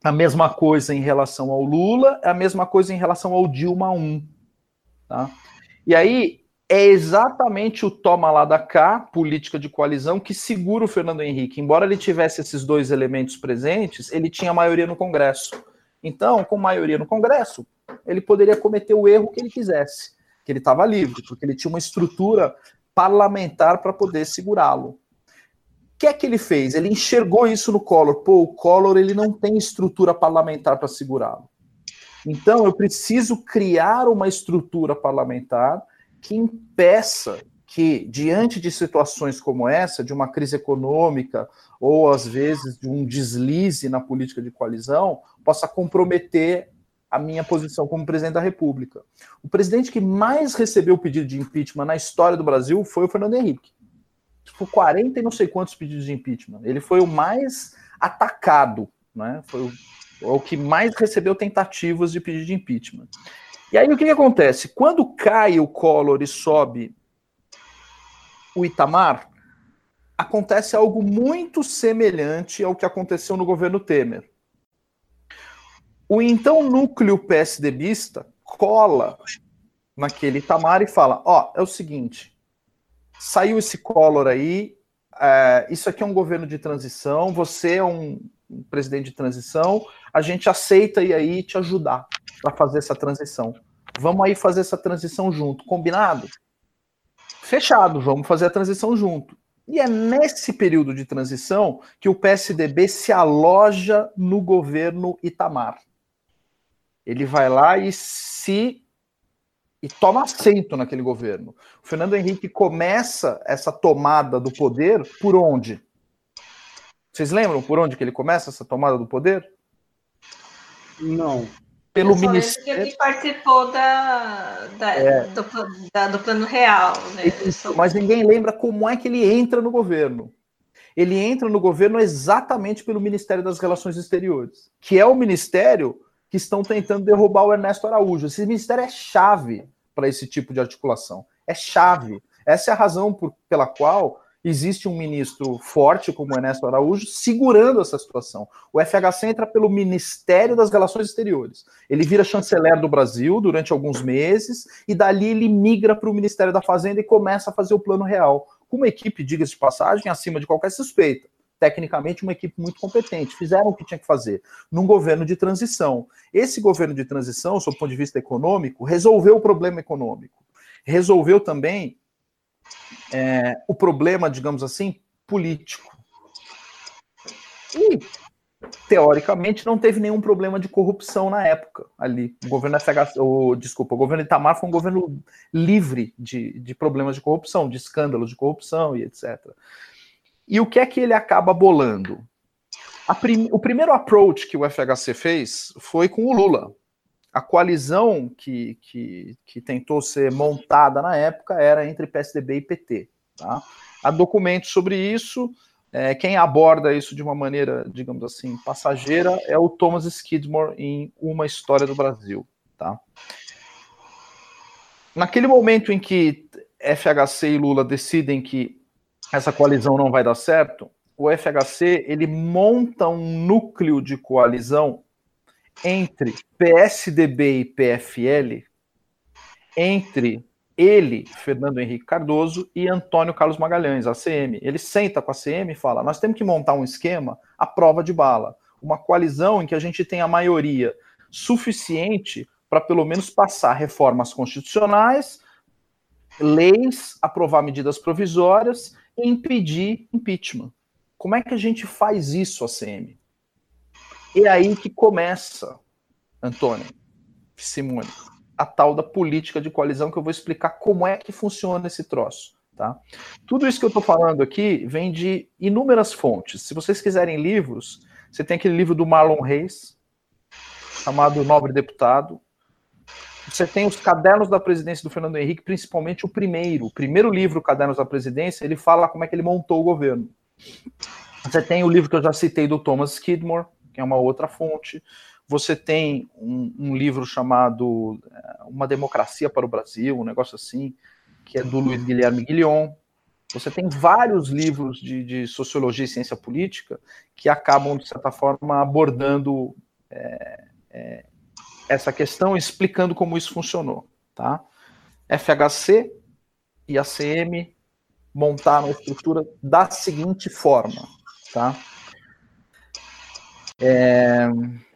A mesma coisa em relação ao Lula, a mesma coisa em relação ao Dilma um. Tá? E aí é exatamente o toma lá da cá, política de coalizão, que segura o Fernando Henrique. Embora ele tivesse esses dois elementos presentes, ele tinha maioria no Congresso. Então, com maioria no Congresso, ele poderia cometer o erro que ele quisesse, que ele estava livre, porque ele tinha uma estrutura parlamentar para poder segurá-lo. O que é que ele fez? Ele enxergou isso no Collor. Pô, o Collor ele não tem estrutura parlamentar para segurá-lo. Então, eu preciso criar uma estrutura parlamentar que impeça que, diante de situações como essa, de uma crise econômica, ou às vezes de um deslize na política de coalizão, possa comprometer a minha posição como presidente da República. O presidente que mais recebeu pedido de impeachment na história do Brasil foi o Fernando Henrique. Tipo, quarenta e não sei quantos pedidos de impeachment. Ele foi o mais atacado, né? Foi o, o que mais recebeu tentativas de pedido de impeachment. E aí o que, que acontece? Quando cai o Collor e sobe o Itamar, acontece algo muito semelhante ao que aconteceu no governo Temer. O então núcleo PSDBista cola naquele Itamar e fala, ó, oh, é o seguinte, saiu esse Collor aí, é, isso aqui é um governo de transição, você é um, um presidente de transição, a gente aceita ir aí te ajudar para fazer essa transição. Vamos aí fazer essa transição junto, combinado? Fechado, vamos fazer a transição junto. E é nesse período de transição que o P S D B se aloja no governo Itamar. Ele vai lá e se e toma assento naquele governo. O Fernando Henrique começa essa tomada do poder por onde? Vocês lembram por onde que ele começa essa tomada do poder? Não. Pelo eu ministério. Que ele participou da, da, é. do, da, do Plano Real. Né? Isso, mas ninguém lembra como é que ele entra no governo. Ele entra no governo exatamente pelo Ministério das Relações Exteriores, que é o ministério que estão tentando derrubar o Ernesto Araújo. Esse ministério é chave para esse tipo de articulação. É chave. Essa é a razão por, pela qual existe um ministro forte como o Ernesto Araújo segurando essa situação. O F H C entra pelo Ministério das Relações Exteriores. Ele vira chanceler do Brasil durante alguns meses e dali ele migra para o Ministério da Fazenda e começa a fazer o Plano Real. Com uma equipe, diga-se de passagem, acima de qualquer suspeita. Tecnicamente, uma equipe muito competente. Fizeram o que tinha que fazer num governo de transição. Esse governo de transição, sob o ponto de vista econômico, resolveu o problema econômico. Resolveu também é, o problema, digamos assim, político. E, teoricamente, não teve nenhum problema de corrupção na época ali. O governo F H C, o, desculpa, o governo Itamar foi um governo livre de, de problemas de corrupção, de escândalos de corrupção e etcétera. E o que é que ele acaba bolando? Prim... O primeiro approach que o F H C fez foi com o Lula. A coalizão que, que, que tentou ser montada na época era entre P S D B e P T. Tá? Há documentos sobre isso. É, quem aborda isso de uma maneira, digamos assim, passageira é o Thomas Skidmore em Uma História do Brasil. Tá? Naquele momento em que F H C e Lula decidem que essa coalizão não vai dar certo, o F H C ele monta um núcleo de coalizão entre P S D B e P F L, entre ele, Fernando Henrique Cardoso, e Antônio Carlos Magalhães, A C M. Ele senta com a A C M e fala, nós temos que montar um esquema à prova de bala, uma coalizão em que a gente tenha a maioria suficiente para pelo menos passar reformas constitucionais, leis, aprovar medidas provisórias e impedir impeachment. Como é que a gente faz isso, A C M? É aí que começa, Antônio, Simone, a tal da política de coalizão, que eu vou explicar como é que funciona esse troço. Tá? Tudo isso que eu estou falando aqui vem de inúmeras fontes. Se vocês quiserem livros, você tem aquele livro do Marlon Reis, chamado Nobre Deputado. Você tem os Cadernos da Presidência do Fernando Henrique, principalmente o primeiro. O primeiro livro, Cadernos da Presidência, ele fala como é que ele montou o governo. Você tem o livro que eu já citei do Thomas Skidmore, que é uma outra fonte. Você tem um, um livro chamado Uma Democracia para o Brasil, um negócio assim, que é do Luiz Guilherme Guillon. Você tem vários livros de, de sociologia e ciência política que acabam, de certa forma, abordando é, é, essa questão explicando como isso funcionou. Tá? F H C e A C M montaram a estrutura da seguinte forma. Tá? É,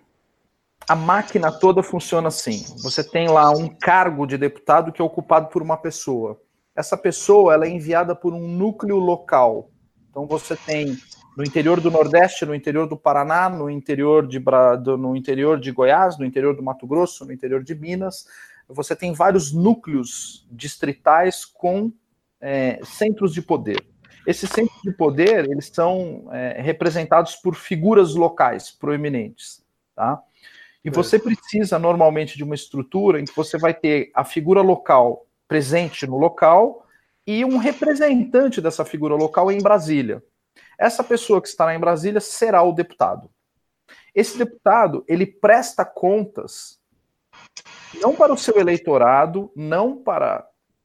a máquina toda funciona assim. Você tem lá um cargo de deputado que é ocupado por uma pessoa. Essa pessoa ela é enviada por um núcleo local. Então você tem no interior do Nordeste, no interior do Paraná, no interior de, no interior de Goiás, no interior do Mato Grosso, no interior de Minas, você tem vários núcleos distritais com é, centros de poder. Esses centros de poder, eles são é, representados por figuras locais proeminentes, tá? E você precisa, normalmente, de uma estrutura em que você vai ter a figura local presente no local e um representante dessa figura local em Brasília. Essa pessoa que estará em Brasília será o deputado. Esse deputado, ele presta contas não para o seu eleitorado, não para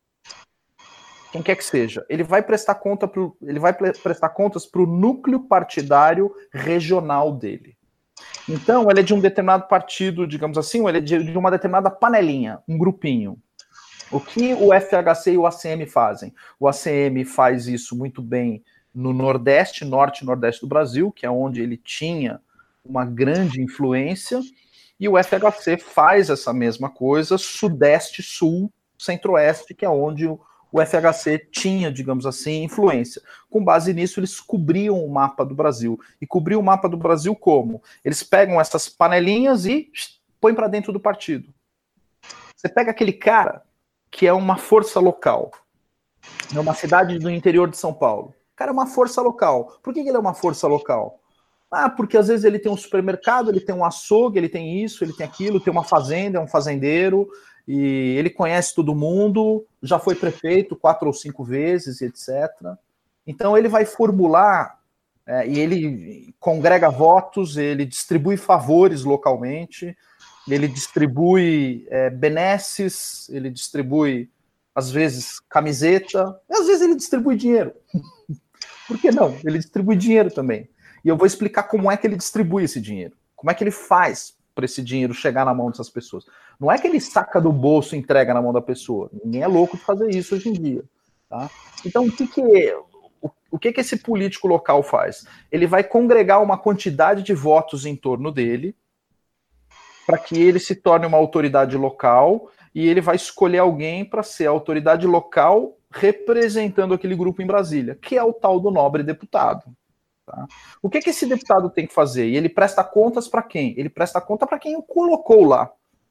quem quer que seja. Ele vai prestar conta pro, ele vai prestar contas para o núcleo partidário regional dele. Então, ele é de um determinado partido, digamos assim, ou ele é de uma determinada panelinha, um grupinho. O que o F H C e o A C M fazem? O A C M faz isso muito bem no Nordeste, Norte e Nordeste do Brasil, que é onde ele tinha uma grande influência, e o F H C faz essa mesma coisa, Sudeste, Sul, Centro-Oeste, que é onde o o F H C tinha, digamos assim, influência. Com base nisso, eles cobriam o mapa do Brasil. E cobriam o mapa do Brasil como? Eles pegam essas panelinhas e põem para dentro do partido. Você pega aquele cara que é uma força local, numa cidade do interior de São Paulo. O cara é uma força local. Por que ele é uma força local? Ah, porque às vezes ele tem um supermercado, ele tem um açougue, ele tem isso, ele tem aquilo, tem uma fazenda, é um fazendeiro, e ele conhece todo mundo, já foi prefeito quatro ou cinco vezes, etcétera. Então ele vai formular, é, e ele congrega votos, ele distribui favores localmente, ele distribui é, benesses, ele distribui, às vezes, camiseta, e às vezes ele distribui dinheiro. Por que não? Ele distribui dinheiro também. E eu vou explicar como é que ele distribui esse dinheiro. Como é que ele faz para esse dinheiro chegar na mão dessas pessoas. Não é que ele saca do bolso e entrega na mão da pessoa. Ninguém é louco de fazer isso hoje em dia. Tá? Então, o que que, o, o que que esse político local faz? Ele vai congregar uma quantidade de votos em torno dele para que ele se torne uma autoridade local e ele vai escolher alguém para ser a autoridade local representando aquele grupo em Brasília, que é o tal do nobre deputado. Tá? O que que esse deputado tem que fazer? E ele presta contas para quem? Ele presta conta para quem o colocou lá.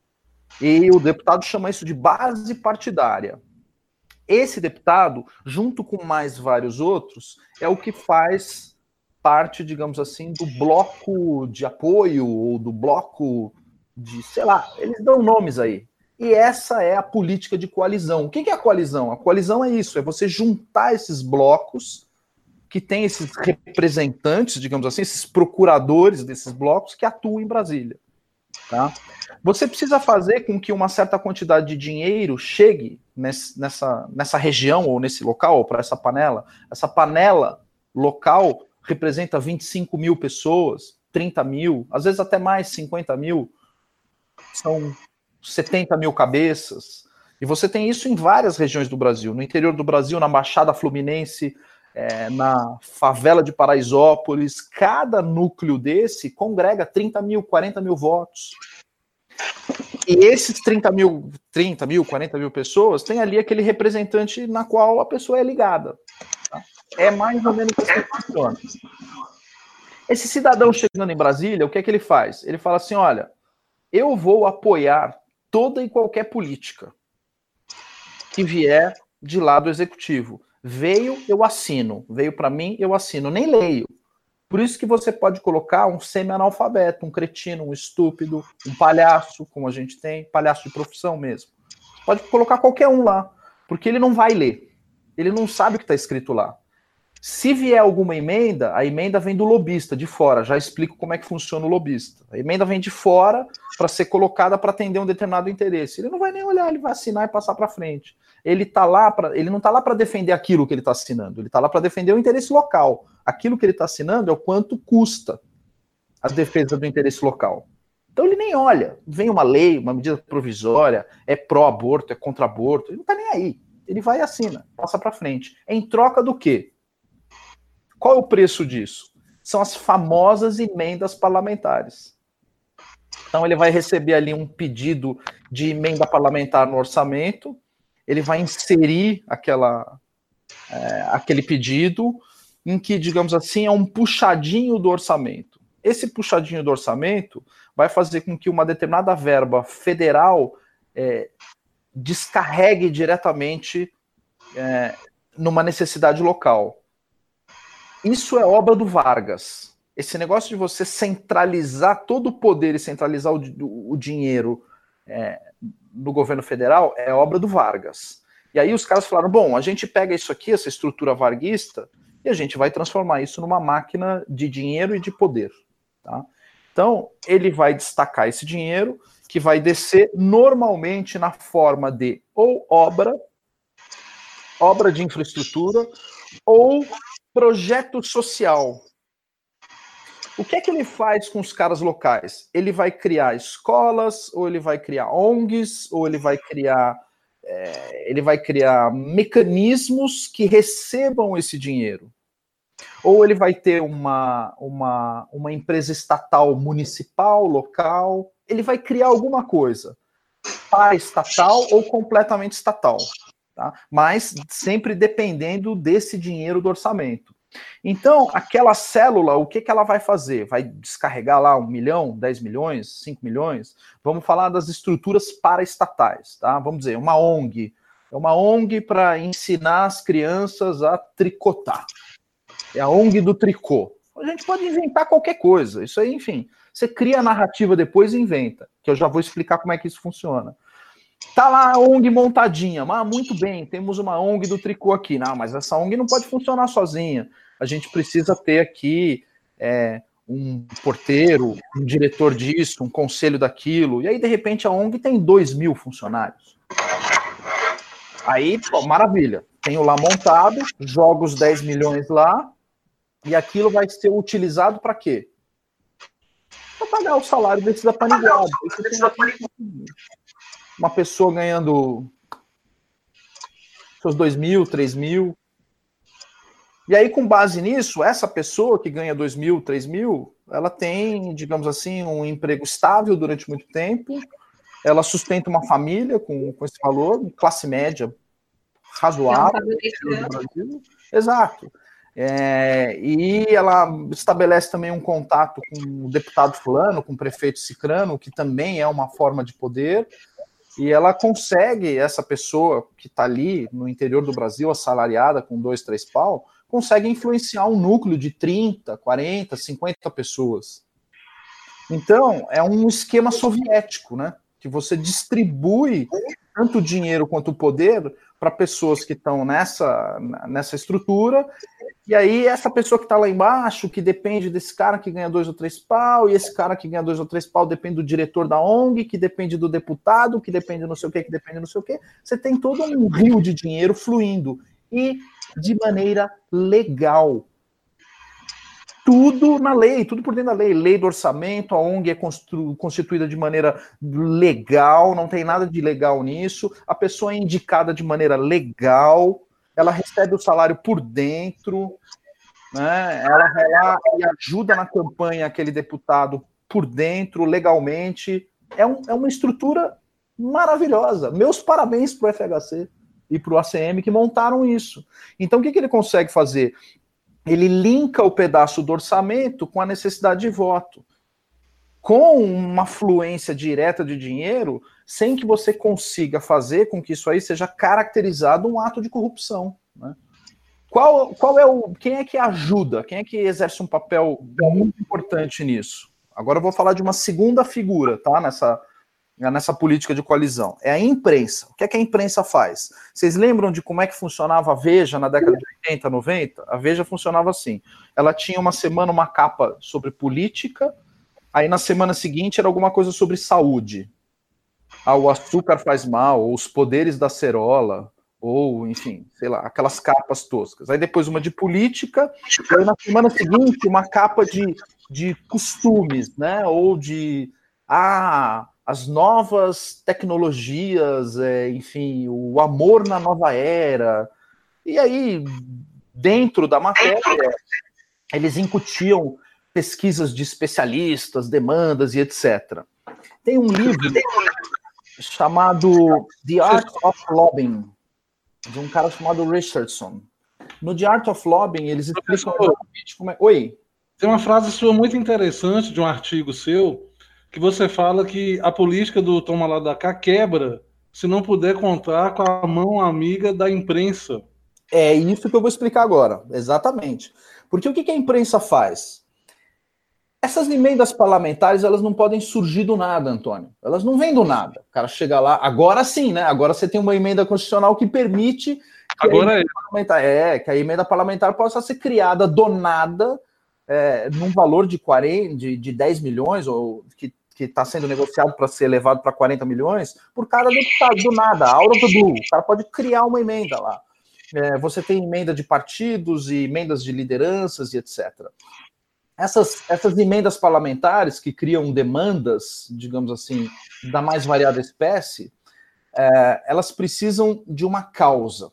E o deputado chama isso de base partidária. Esse deputado, junto com mais vários outros, é o que faz parte, digamos assim, do bloco de apoio ou do bloco de, sei lá, eles dão nomes aí. E essa é a política de coalizão. O que que é a coalizão? A coalizão é isso, é você juntar esses blocos que tem esses representantes, digamos assim, esses procuradores desses blocos que atuam em Brasília. Tá? Você precisa fazer com que uma certa quantidade de dinheiro chegue nesse, nessa, nessa região ou nesse local, ou para essa panela. Essa panela local representa vinte e cinco mil pessoas, trinta mil, às vezes até mais, cinquenta mil. São setenta mil cabeças. E você tem isso em várias regiões do Brasil. No interior do Brasil, na Baixada Fluminense, É, na favela de Paraisópolis, cada núcleo desse congrega trinta mil, quarenta mil votos. E esses trinta mil, trinta mil, quarenta mil pessoas têm ali aquele representante na qual a pessoa é ligada. Tá? É mais ou menos assim que funciona. Esse cidadão chegando em Brasília, o que é que ele faz? Ele fala assim, olha, eu vou apoiar toda e qualquer política que vier de lado executivo. Veio, eu assino. Veio para mim, eu assino. Nem leio. Por isso que você pode colocar um semi-analfabeto, um cretino, um estúpido, um palhaço, como a gente tem, palhaço de profissão mesmo. Pode colocar qualquer um lá, porque ele não vai ler. Ele não sabe o que está escrito lá. Se vier alguma emenda, a emenda vem do lobista, de fora. Já explico como é que funciona o lobista. A emenda vem de fora para ser colocada para atender um determinado interesse. Ele não vai nem olhar, ele vai assinar e passar para frente. Ele tá lá pra, ele não está lá para defender aquilo que ele está assinando, ele está lá para defender o interesse local. Aquilo que ele está assinando é o quanto custa a defesa do interesse local. Então ele nem olha, vem uma lei, uma medida provisória, é pró-aborto, é contra-aborto, ele não tá nem aí. Ele vai e assina, passa para frente. Em troca do quê? Qual é o preço disso? São as famosas emendas parlamentares. Então ele vai receber ali um pedido de emenda parlamentar no orçamento, ele vai inserir aquela, é, aquele pedido em que, digamos assim, é um puxadinho do orçamento. Esse puxadinho do orçamento vai fazer com que uma determinada verba federal é, descarregue diretamente é, numa necessidade local. Isso é obra do Vargas. Esse negócio de você centralizar todo o poder e centralizar o, o, o dinheiro é, no governo federal é obra do Vargas. E aí os caras falaram, bom, a gente pega isso aqui, essa estrutura varguista, e a gente vai transformar isso numa máquina de dinheiro e de poder. Tá? Então, ele vai destacar esse dinheiro, que vai descer normalmente na forma de ou obra, obra de infraestrutura, ou projeto social. O que é que ele faz com os caras locais? Ele vai criar escolas, ou ele vai criar O N Gs, ou ele vai criar, é, ele vai criar mecanismos que recebam esse dinheiro. Ou ele vai ter uma, uma, uma empresa estatal municipal, local, ele vai criar alguma coisa, paraestatal ou completamente estatal, tá? Mas sempre dependendo desse dinheiro do orçamento. Então, aquela célula, o que, que ela vai fazer? Vai descarregar lá um milhão, dez milhões, cinco milhões? Vamos falar das estruturas paraestatais, tá? Vamos dizer, uma O N G. É uma O N G para ensinar as crianças a tricotar. É a O N G do tricô. A gente pode inventar qualquer coisa. Isso aí, enfim, você cria a narrativa depois e inventa, que eu já vou explicar como é que isso funciona. Tá lá a O N G montadinha, mas muito bem, temos uma O N G do tricô aqui. Não, mas essa O N G não pode funcionar sozinha. A gente precisa ter aqui é, um porteiro, um diretor disso, um conselho daquilo. E aí, de repente, a O N G tem dois mil funcionários. Aí, pô, maravilha. Tenho lá montado, jogo os dez milhões lá, e aquilo vai ser utilizado para quê? Para pagar o salário desses apaniguados. Uma pessoa ganhando seus dois mil, três mil. E aí, com base nisso, essa pessoa que ganha dois mil, três mil, ela tem, digamos assim, um emprego estável durante muito tempo, ela sustenta uma família com, com esse valor, classe média razoável no Brasil. Exato. É, e ela estabelece também um contato com o deputado fulano, com o prefeito cicrano, que também é uma forma de poder, e ela consegue, essa pessoa que está ali no interior do Brasil, assalariada com dois, três pau, consegue influenciar um núcleo de trinta, quarenta, cinquenta pessoas. Então, é um esquema soviético, né? Que você distribui tanto o dinheiro quanto o poder para pessoas que estão nessa, nessa estrutura, e aí essa pessoa que está lá embaixo, que depende desse cara que ganha dois ou três pau, e esse cara que ganha dois ou três pau depende do diretor da O N G, que depende do deputado, que depende não sei o que, que depende não sei o que, você tem todo um rio de dinheiro fluindo, e de maneira legal. Tudo na lei, tudo por dentro da lei. Lei do orçamento, a O N G é constituída de maneira legal, não tem nada de ilegal nisso. A pessoa é indicada de maneira legal, ela recebe o salário por dentro, né? Ela vai lá e ajuda na campanha aquele deputado por dentro, legalmente. É, um, é uma estrutura maravilhosa. Meus parabéns para o F H C e para o A C M que montaram isso. Então, o que, que ele consegue fazer? Ele linka o pedaço do orçamento com a necessidade de voto, com uma fluência direta de dinheiro, sem que você consiga fazer com que isso aí seja caracterizado um ato de corrupção, né? Qual, qual é o, quem é que ajuda, quem é que exerce um papel muito importante nisso? Agora eu vou falar de uma segunda figura, tá, nessa, nessa política de coalizão. É a imprensa. O que é que a imprensa faz? Vocês lembram de como é que funcionava a Veja na década de oitenta, noventa? A Veja funcionava assim. Ela tinha uma semana uma capa sobre política, aí na semana seguinte era alguma coisa sobre saúde. Ah, o açúcar faz mal, ou os poderes da cerola, ou, enfim, sei lá, aquelas capas toscas. Aí depois uma de política, e aí na semana seguinte uma capa de, de costumes, né, ou de ah, as novas tecnologias, é, enfim, o amor na nova era. E aí, dentro da matéria, eles incutiam pesquisas de especialistas, demandas e etcétera. Tem um livro chamado The Art of Lobbying, de um cara chamado Richardson. No The Art of Lobbying, eles explicam exatamente como é... Oi? Tem uma frase sua muito interessante de um artigo seu, que você fala que a política do toma lá da cá quebra se não puder contar com a mão amiga da imprensa. É isso que eu vou explicar agora, exatamente. Porque o que a imprensa faz? Essas emendas parlamentares, elas não podem surgir do nada, Antônio. Elas não vêm do nada. O cara chega lá, agora sim, né? Agora você tem uma emenda constitucional que permite que, agora a, emenda é. Parlamentar, é, que a emenda parlamentar possa ser criada do nada, é, num valor de, quarenta, de, de dez milhões, ou que está sendo negociado para ser elevado para quarenta milhões, por cada deputado, do nada, out of the blue. O cara pode criar uma emenda lá. É, você tem emenda de partidos e emendas de lideranças e etcétera. Essas, essas emendas parlamentares que criam demandas, digamos assim, da mais variada espécie, é, elas precisam de uma causa.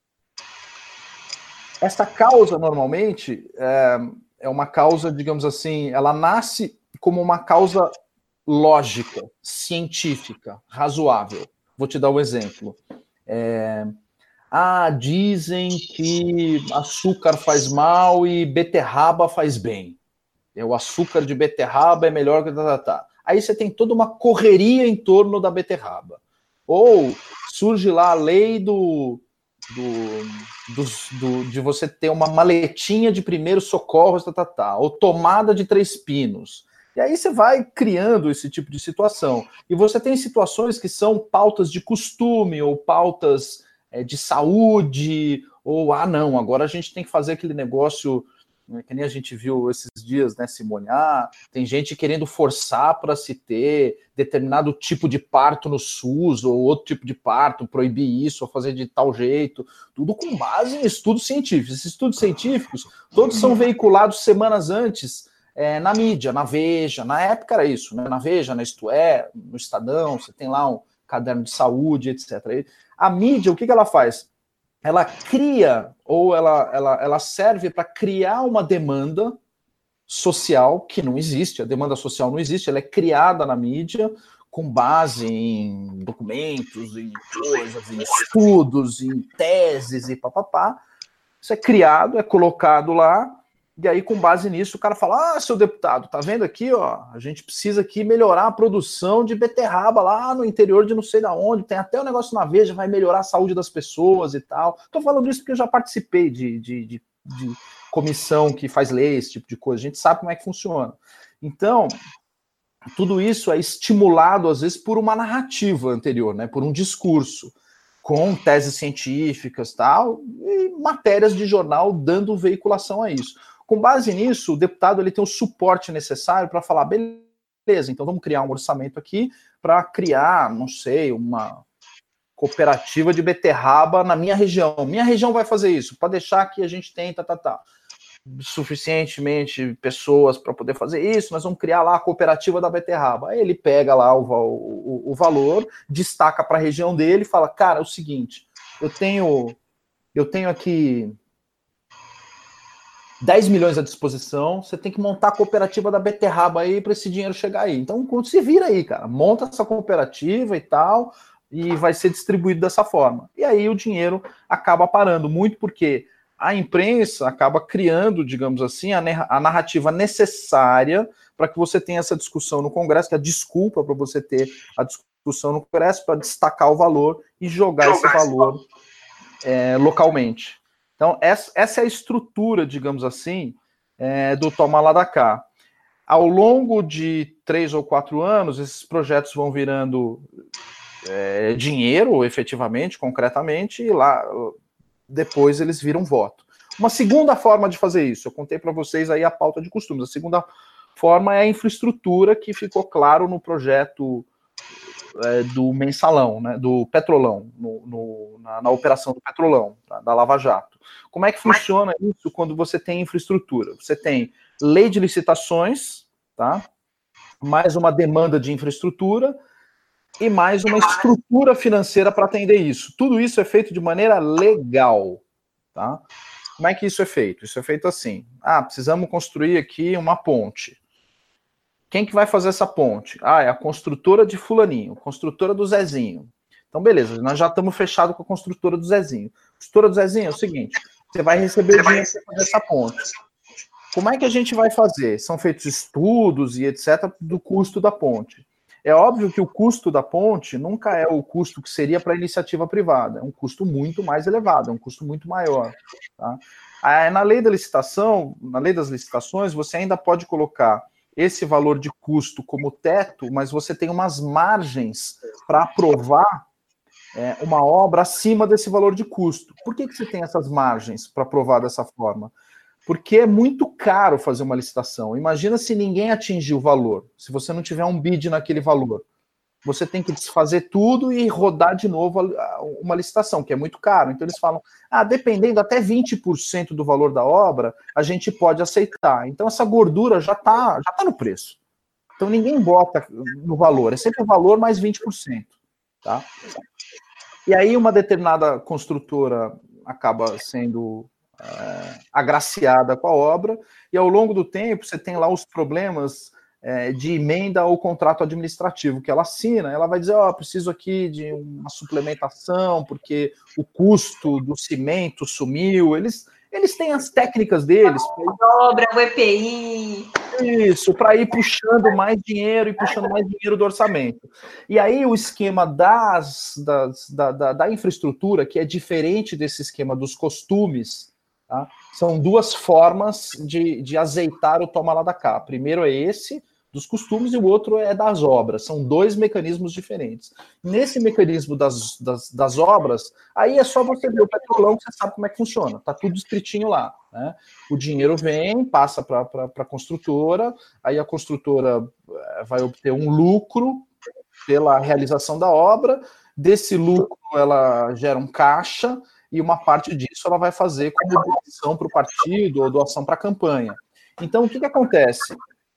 Essa causa, normalmente, é, é uma causa, digamos assim, ela nasce como uma causa lógica, científica, razoável. Vou te dar um exemplo. É, ah, dizem que açúcar faz mal e beterraba faz bem. O açúcar de beterraba é melhor que... Tá, tá, tá. Aí você tem toda uma correria em torno da beterraba. Ou surge lá a lei do, do, do, do, de você ter uma maletinha de primeiros socorros, tá, tá, tá. Ou tomada de três pinos. E aí você vai criando esse tipo de situação. E você tem situações que são pautas de costume, ou pautas é, de saúde, ou, ah, não, agora a gente tem que fazer aquele negócio... que nem a gente viu esses dias, né, Simone? Ah, tem gente querendo forçar para se ter determinado tipo de parto no SUS, ou outro tipo de parto, proibir isso, ou fazer de tal jeito, tudo com base em estudos científicos. Esses estudos científicos, todos são veiculados semanas antes é, na mídia, na Veja, na época era isso, né? Na Veja, na Isto É, no Estadão, você tem lá um caderno de saúde, etcétera. A mídia, o que, que ela faz? Ela cria, ou ela, ela, ela serve para criar uma demanda social que não existe, a demanda social não existe, ela é criada na mídia com base em documentos, em coisas, em estudos, em teses e papapá. Isso é criado, é colocado lá, e aí com base nisso o cara fala, ah, seu deputado, tá vendo aqui, ó, a gente precisa aqui melhorar a produção de beterraba lá no interior de não sei da onde, tem até um negócio na Veja, vai melhorar a saúde das pessoas e tal. Tô falando isso porque eu já participei de, de, de, de comissão que faz lei, esse tipo de coisa, a gente sabe como é que funciona. Então, tudo isso é estimulado, às vezes, por uma narrativa anterior, né, por um discurso, com teses científicas tal, e matérias de jornal dando veiculação a isso. Com base nisso, o deputado ele tem o suporte necessário para falar, beleza, então vamos criar um orçamento aqui para criar, não sei, uma cooperativa de beterraba na minha região. Minha região vai fazer isso, para deixar que a gente tenha, tá, tá, tá, suficientemente pessoas para poder fazer isso, nós vamos criar lá a cooperativa da beterraba. Aí ele pega lá o, o, o valor, destaca para a região dele e fala, cara, é o seguinte, eu tenho, eu tenho aqui dez milhões à disposição, você tem que montar a cooperativa da beterraba aí para esse dinheiro chegar aí. Então, se vira aí, cara, monta essa cooperativa e tal, e vai ser distribuído dessa forma. E aí o dinheiro acaba parando, muito porque a imprensa acaba criando, digamos assim, a narrativa necessária para que você tenha essa discussão no Congresso, que é a desculpa para você ter a discussão no Congresso, para destacar o valor e jogar, jogar esse valor é, localmente. Então, essa, essa é a estrutura, digamos assim, é, do Toma Lá da Cá. Ao longo de três ou quatro anos, esses projetos vão virando é, dinheiro, efetivamente, concretamente, e lá depois eles viram voto. Uma segunda forma de fazer isso, eu contei para vocês aí a pauta de costumes, a segunda forma é a infraestrutura, que ficou claro no projeto é, do mensalão, né, do Petrolão, no, no, na, na operação do Petrolão, tá, da Lava Jato. Como é que funciona isso quando você tem infraestrutura? Você tem lei de licitações, tá? mais uma demanda de infraestrutura e mais uma estrutura financeira para atender isso. Tudo isso é feito de maneira legal, tá? Como é que isso é feito? Isso é feito assim. Ah, precisamos construir aqui uma ponte. Quem que vai fazer essa ponte? Ah, é a construtora de fulaninho, construtora do Zezinho. Então, beleza, nós já estamos fechados com a construtora do Zezinho. A construtora do Zezinho é o seguinte, você vai receber dinheiro para fazer essa ponte. Como é que a gente vai fazer? São feitos estudos e etcétera do custo da ponte. É óbvio que o custo da ponte nunca é o custo que seria para a iniciativa privada. É um custo muito mais elevado, é um custo muito maior. Tá? Aí, na lei da licitação, na lei das licitações, você ainda pode colocar esse valor de custo como teto, mas você tem umas margens para aprovar é, uma obra acima desse valor de custo. Por que, que você tem essas margens para aprovar dessa forma? Porque é muito caro fazer uma licitação. Imagina se ninguém atingir o valor, se você não tiver um bid naquele valor. Você tem que desfazer tudo e rodar de novo uma licitação, que é muito caro. Então eles falam, ah, dependendo até vinte por cento do valor da obra, a gente pode aceitar. Então essa gordura já está já tá no preço. Então ninguém bota no valor, é sempre o valor mais vinte por cento. Tá? E aí uma determinada construtora acaba sendo é, agraciada com a obra, e ao longo do tempo você tem lá os problemas é, de emenda ao contrato administrativo que ela assina. Ela vai dizer, ó, oh, preciso aqui de uma suplementação, porque o custo do cimento sumiu. Eles, eles têm as técnicas deles. Dobra, o E P I. Isso, para ir puxando mais dinheiro e puxando mais dinheiro do orçamento. E aí o esquema das, das, da, da, da infraestrutura, que é diferente desse esquema dos costumes, tá? São duas formas de, de azeitar o toma lá da cá. Primeiro é esse, dos costumes, e o outro é das obras. São dois mecanismos diferentes. Nesse mecanismo das, das, das obras, aí é só você ver o petrolão, que você sabe como é que funciona. Está tudo escritinho lá. Né? O dinheiro vem, passa para a construtora, aí a construtora vai obter um lucro pela realização da obra, desse lucro ela gera um caixa, e uma parte disso ela vai fazer como doação para o partido ou doação para a campanha. Então, o que, que acontece?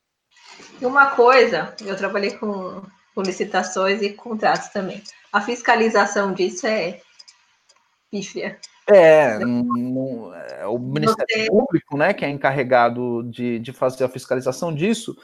E uma coisa, eu trabalhei com, com licitações e contratos também. A fiscalização disso é pífia. É, não, é o Ministério Você... Público, né, que é encarregado de, de fazer a fiscalização disso.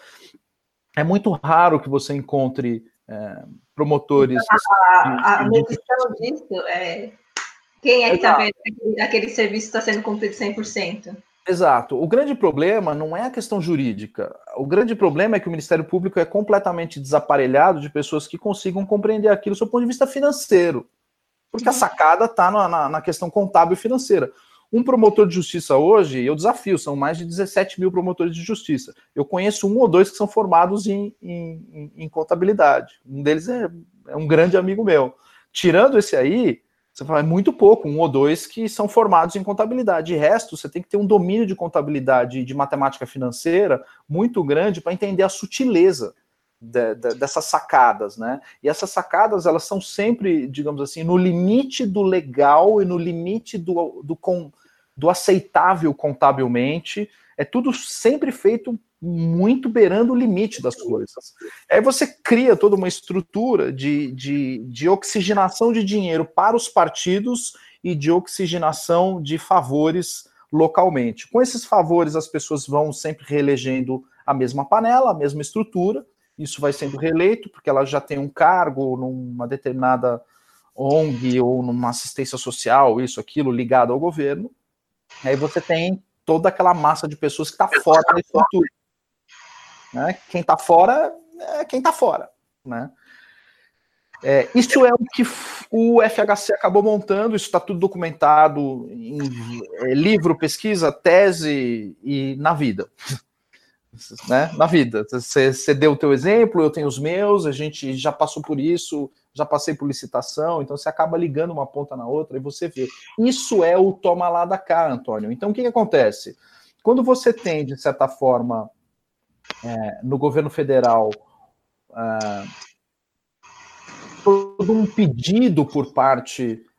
É muito raro que você encontre é, promotores... A, a medição disso é... Quem é que está vendo que aquele serviço está sendo cumprido cem por cento? Exato. O grande problema não é a questão jurídica. O grande problema é que o Ministério Público é completamente desaparelhado de pessoas que consigam compreender aquilo do seu ponto de vista financeiro. Porque a sacada está na, na, na questão contábil e financeira. Um promotor de justiça hoje, eu desafio, são mais de dezessete mil promotores de justiça. Eu conheço um ou dois que são formados em, em, em contabilidade. Um deles é, é um grande amigo meu. Tirando esse aí, você fala, é muito pouco, um ou dois que são formados em contabilidade. De resto, você tem que ter um domínio de contabilidade e de matemática financeira muito grande para entender a sutileza de, de, dessas sacadas, né? E essas sacadas, elas são sempre, digamos assim, no limite do legal e no limite do, do, do, do aceitável contabilmente. É tudo sempre feito muito beirando o limite das coisas. Aí você cria toda uma estrutura de, de, de oxigenação de dinheiro para os partidos e de oxigenação de favores localmente. Com esses favores, as pessoas vão sempre reelegendo a mesma panela, a mesma estrutura, isso vai sendo reeleito, porque ela já tem um cargo numa determinada O N G ou numa assistência social, isso, aquilo, ligado ao governo. Aí você tem toda aquela massa de pessoas que está fora da estrutura. Né? Quem está fora é quem está fora. Né? É, isso é o que o F H C acabou montando, isso está tudo documentado em é, livro, pesquisa, tese e na vida. Né? Na vida. Você, você deu o teu exemplo, eu tenho os meus, a gente já passou por isso, já passei por licitação, então você acaba ligando uma ponta na outra e você vê. Isso é o toma lá da cá, Antônio. Então o que, que acontece? Quando você tem, de certa forma, é, no governo federal, é, todo um pedido por parte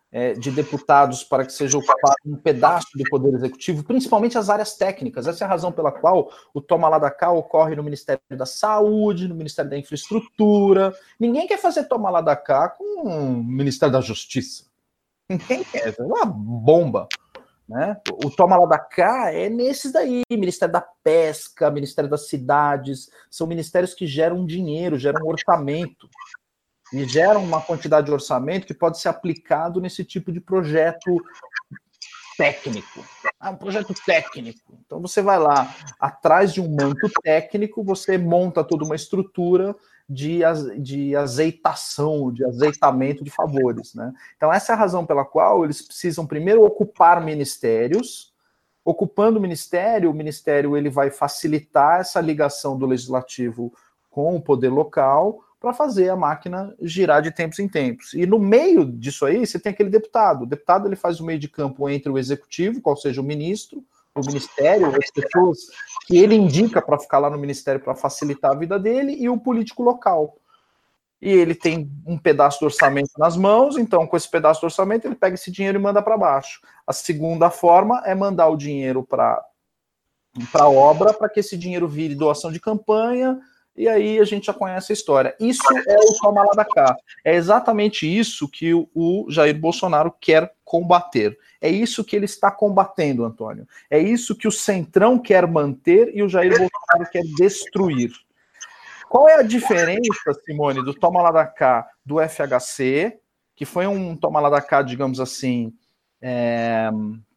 é, de deputados para que seja ocupado um pedaço do Poder Executivo, principalmente as áreas técnicas. Essa é a razão pela qual o toma lá da cá ocorre no Ministério da Saúde, no Ministério da Infraestrutura. Ninguém quer fazer toma lá da cá com o Ministério da Justiça. Ninguém quer, é uma bomba. Né? O toma lá da cá é nesses daí, Ministério da Pesca, Ministério das Cidades, são ministérios que geram dinheiro, geram orçamento, e geram uma quantidade de orçamento que pode ser aplicado nesse tipo de projeto técnico. Ah, um projeto técnico. Então você vai lá, atrás de um manto técnico, você monta toda uma estrutura de, de azeitação, de azeitamento de favores. Né? Então essa é a razão pela qual eles precisam primeiro ocupar ministérios. Ocupando o ministério, o ministério ele vai facilitar essa ligação do legislativo com o poder local para fazer a máquina girar de tempos em tempos. E no meio disso aí, você tem aquele deputado. O deputado ele faz o meio de campo entre o executivo, qual seja o ministro, o ministério, as pessoas que ele indica para ficar lá no ministério para facilitar a vida dele, e o político local. E ele tem um pedaço do orçamento nas mãos, então com esse pedaço do orçamento ele pega esse dinheiro e manda para baixo. A segunda forma é mandar o dinheiro para a obra, para que esse dinheiro vire doação de campanha, e aí a gente já conhece a história. Isso é o toma lá da cá. É exatamente isso que o Jair Bolsonaro quer combater. É isso que ele está combatendo, Antônio. É isso que o Centrão quer manter e o Jair Bolsonaro quer destruir. Qual é a diferença, Simone, do toma lá da cá do F H C, que foi um toma lá da cá, digamos assim, é,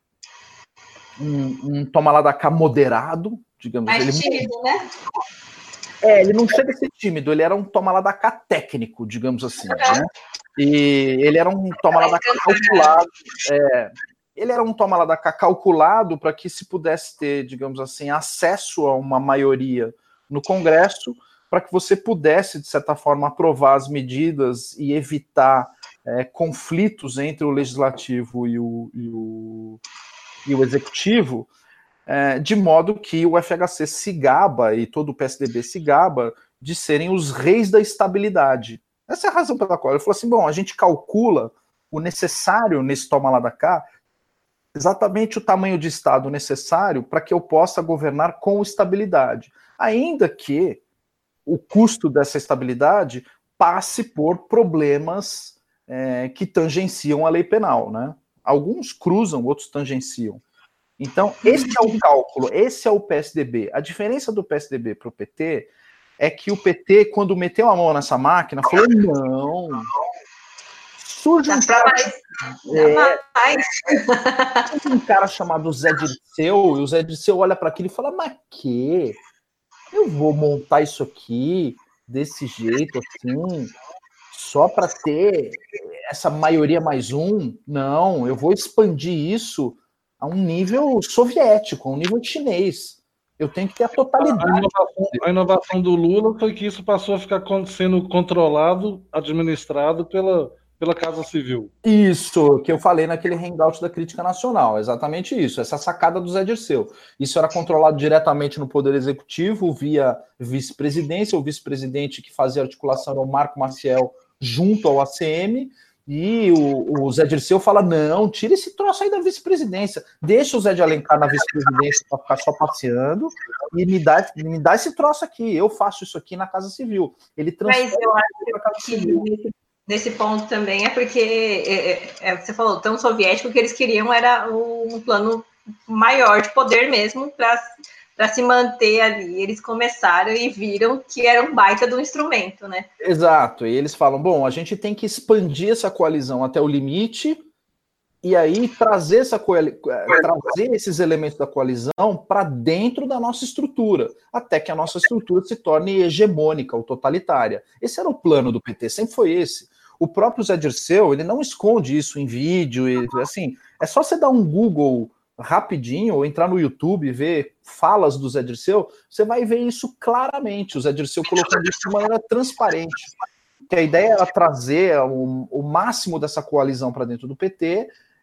um, um toma lá da cá moderado, digamos. Mais ele tímido, né? É, ele não chega a ser tímido, ele era um toma lá da cá técnico, digamos assim, né? E ele era um toma lá da cá calculado, é, ele era um toma lá da cá calculado para que se pudesse ter, digamos assim, acesso a uma maioria no Congresso, para que você pudesse, de certa forma, aprovar as medidas e evitar é, conflitos entre o Legislativo e o, e o, e o Executivo, É, de modo que o F H C se gaba, e todo o P S D B se gaba, de serem os reis da estabilidade. Essa é a razão pela qual ele falou assim, bom, a gente calcula o necessário nesse toma lá da cá, exatamente o tamanho de Estado necessário para que eu possa governar com estabilidade, ainda que o custo dessa estabilidade passe por problemas é, que tangenciam a lei penal, né? Alguns cruzam, outros tangenciam. Então, esse é o cálculo, esse é o P S D B. A diferença do P S D B para o P T é que o P T, quando meteu a mão nessa máquina, falou, não, surge um cara, é, surge um cara chamado Zé Dirceu, e o Zé Dirceu olha para aquilo e fala, mas que? Eu vou montar isso aqui desse jeito, assim, só para ter essa maioria mais um? Não, eu vou expandir isso a um nível soviético, a um nível chinês. Eu tenho que ter a totalidade. A inovação, a inovação do Lula foi que isso passou a ficar sendo controlado, administrado pela, pela Casa Civil. Isso, que eu falei naquele hangout da Crítica Nacional, exatamente isso, essa sacada do Zé Dirceu. Isso era controlado diretamente no Poder Executivo, via vice-presidência, o vice-presidente que fazia articulação era o Marco Maciel junto ao A C M, e o, o Zé Dirceu fala, não, tira esse troço aí da vice-presidência, deixa o Zé de Alencar na vice-presidência para ficar só passeando, e me dá, me dá esse troço aqui, eu faço isso aqui na Casa Civil. Ele transfere. Mas eu acho que nesse ponto também é porque, é, é, é, você falou, tão soviético, que eles queriam era um plano maior de poder mesmo para se manter ali. Eles começaram e viram que era um baita do instrumento, né? Exato, e eles falam, bom, a gente tem que expandir essa coalizão até o limite e aí trazer, essa coali... trazer esses elementos da coalizão para dentro da nossa estrutura, até que a nossa estrutura se torne hegemônica ou totalitária. Esse era o plano do P T, sempre foi esse. O próprio Zé Dirceu, ele não esconde isso em vídeo, e, assim, é só você dar um Google rapidinho, ou entrar no YouTube e ver falas do Zé Dirceu, você vai ver isso claramente, o Zé Dirceu colocando isso de maneira transparente, que a ideia era trazer o, o máximo dessa coalizão para dentro do P T,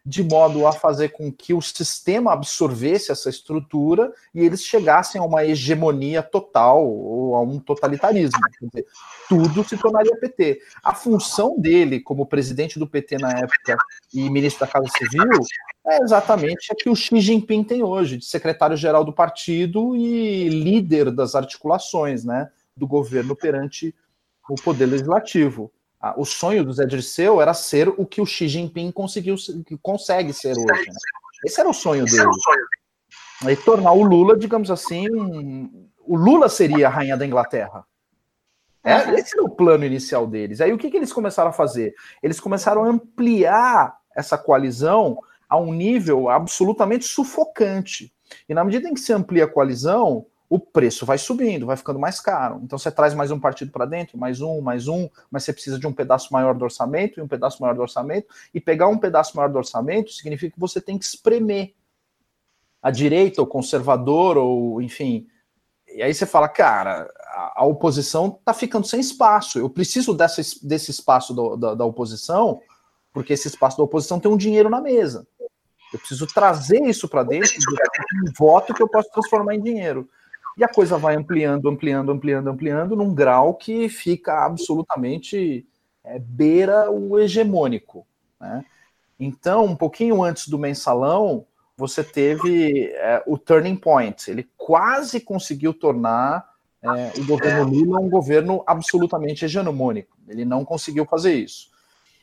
de modo a fazer com que o sistema absorvesse essa estrutura e eles chegassem a uma hegemonia total ou a um totalitarismo. Quer dizer, tudo se tornaria P T. A função dele, como presidente do P T na época e ministro da Casa Civil, é exatamente a que o Xi Jinping tem hoje, de secretário-geral do partido e líder das articulações, né, do governo perante o poder legislativo. O sonho do Zé Dirceu era ser o que o Xi Jinping conseguiu, que consegue ser hoje. Né? Esse era o sonho dele. E tornar o Lula, digamos assim, um... o Lula seria a rainha da Inglaterra. É, esse era o plano inicial deles. Aí o que, que eles começaram a fazer? Eles começaram a ampliar essa coalizão a um nível absolutamente sufocante. E na medida em que se amplia a coalizão, o preço vai subindo, vai ficando mais caro. Então você traz mais um partido para dentro, mais um, mais um, mas você precisa de um pedaço maior do orçamento e um pedaço maior do orçamento, e pegar um pedaço maior do orçamento significa que você tem que espremer a direita, ou conservador, ou enfim. E aí você fala, cara, a, a oposição está ficando sem espaço, eu preciso dessa, desse espaço do, da, da oposição, porque esse espaço da oposição tem um dinheiro na mesa. Eu preciso trazer isso para dentro, um voto que eu posso transformar em dinheiro. E a coisa vai ampliando, ampliando, ampliando, ampliando, num grau que fica absolutamente é, beira o hegemônico. Né? Então, um pouquinho antes do mensalão, você teve é, o turning point. Ele quase conseguiu tornar é, o governo Lula um governo absolutamente hegemônico. Ele não conseguiu fazer isso.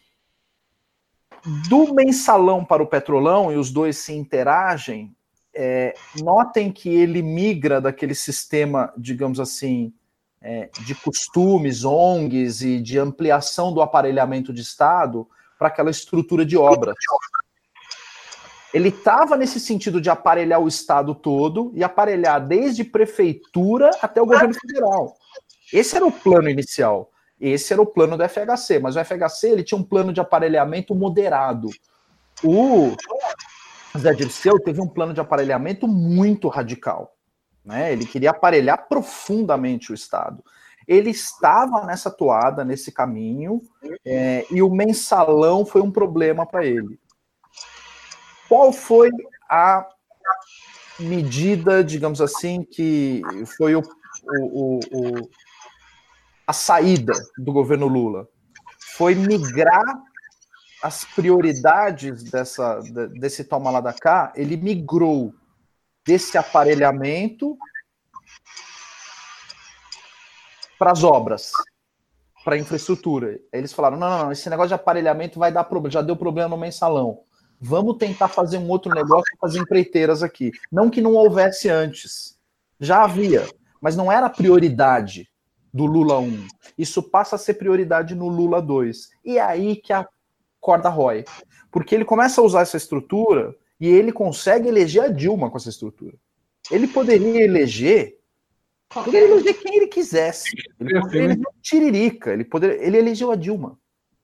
Do mensalão para o petrolão, e os dois se interagem, É, notem que ele migra daquele sistema, digamos assim, é, de costumes, O N Gs e de ampliação do aparelhamento de Estado para aquela estrutura de obras. Ele estava nesse sentido de aparelhar o Estado todo e aparelhar desde prefeitura até o governo federal. Esse era o plano inicial. Esse era o plano do F H C, mas o F H C ele tinha um plano de aparelhamento moderado. O Zé Dirceu teve um plano de aparelhamento muito radical. Né? Ele queria aparelhar profundamente o Estado. Ele estava nessa toada, nesse caminho, é, e o mensalão foi um problema para ele. Qual foi a medida, digamos assim, que foi o, o, o, a saída do governo Lula? Foi migrar as prioridades dessa, desse toma lá da cá, ele migrou desse aparelhamento para as obras, para a infraestrutura. Eles falaram, não, não, não, esse negócio de aparelhamento vai dar problema, já deu problema no mensalão. Vamos tentar fazer um outro negócio com as empreiteiras aqui. Não que não houvesse antes. Já havia, mas não era prioridade do Lula um. Isso passa a ser prioridade no Lula dois. E é aí que a corda rói, porque ele começa a usar essa estrutura e ele consegue eleger a Dilma com essa estrutura. Ele poderia eleger, poderia eleger quem ele quisesse. Ele poderia eleger o Tiririca, ele, poderia, ele elegeu a Dilma.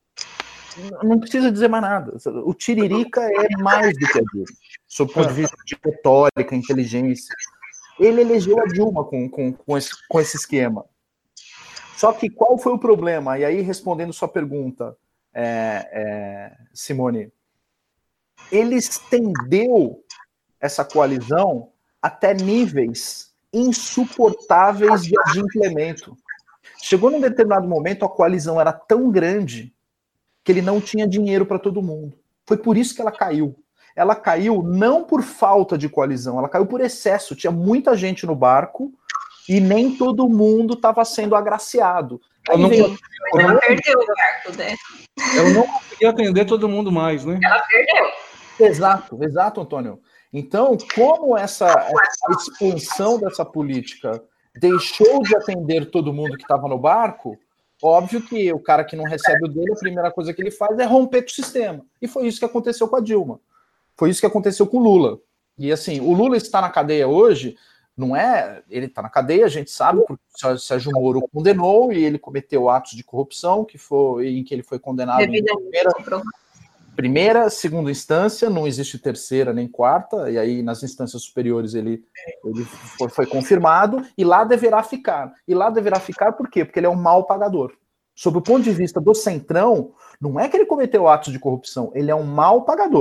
Não precisa dizer mais nada. O Tiririca é mais do que a Dilma, sob o ponto de vista de retórica, inteligência. Ele elegeu a Dilma com, com, com, esse, com esse esquema. Só que qual foi o problema? E aí, respondendo sua pergunta, É, é, Simone, ele estendeu essa coalizão até níveis insuportáveis de adimplemento. Chegou num determinado momento, a coalizão era tão grande que ele não tinha dinheiro para todo mundo. Foi por isso que ela caiu. Ela caiu não por falta de coalizão, ela caiu por excesso. Tinha muita gente no barco e nem todo mundo estava sendo agraciado. Aí não, veio... Ela perdeu o barco, né? Ela não conseguia atender todo mundo mais, né? Ela perdeu. Exato, exato, Antônio. Então, como essa, essa expansão dessa política deixou de atender todo mundo que estava no barco, óbvio que o cara que não recebe o dele, a primeira coisa que ele faz é romper com o sistema. E foi isso que aconteceu com a Dilma. Foi isso que aconteceu com o Lula. E assim, o Lula está na cadeia hoje, não é... Ele está na cadeia, a gente sabe, porque o Sérgio Moro o condenou e ele cometeu atos de corrupção, que foi, em que ele foi condenado em primeira, primeira, segunda instância, não existe terceira nem quarta, e aí nas instâncias superiores ele, ele foi, foi confirmado, e lá deverá ficar. E lá deverá ficar por quê? Porque ele é um mau pagador. Sob o ponto de vista do Centrão, não é que ele cometeu atos de corrupção, ele é um mau pagador.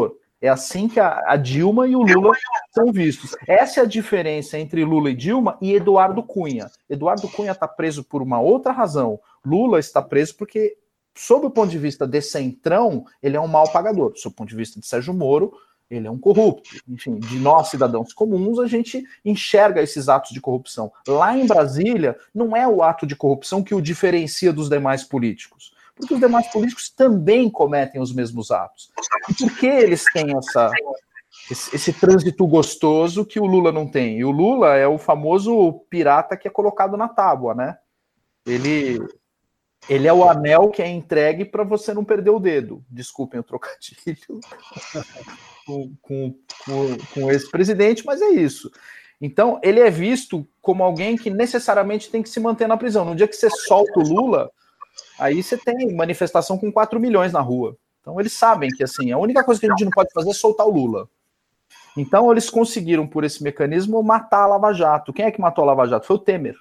É assim que a, a Dilma e o Lula são vistos. Essa é a diferença entre Lula e Dilma e Eduardo Cunha. Eduardo Cunha está preso por uma outra razão. Lula está preso porque, sob o ponto de vista de centrão, ele é um mau pagador. Sob o ponto de vista de Sérgio Moro, ele é um corrupto. Enfim, de nós, cidadãos comuns, a gente enxerga esses atos de corrupção. Lá em Brasília, não é o ato de corrupção que o diferencia dos demais políticos. Porque os demais políticos também cometem os mesmos atos. E por que eles têm essa, esse, esse trânsito gostoso que o Lula não tem? E o Lula é o famoso pirata que é colocado na tábua, né? Ele, ele é o anel que é entregue para você não perder o dedo. Desculpem o trocadilho com, com, com, com esse presidente, mas é isso. Então, ele é visto como alguém que necessariamente tem que se manter na prisão. No dia que você solta o Lula, aí você tem manifestação com quatro milhões na rua. Então eles sabem que assim, a única coisa que a gente não pode fazer é soltar o Lula. Então eles conseguiram, por esse mecanismo, matar a Lava Jato. Quem é que matou a Lava Jato? Foi o Temer.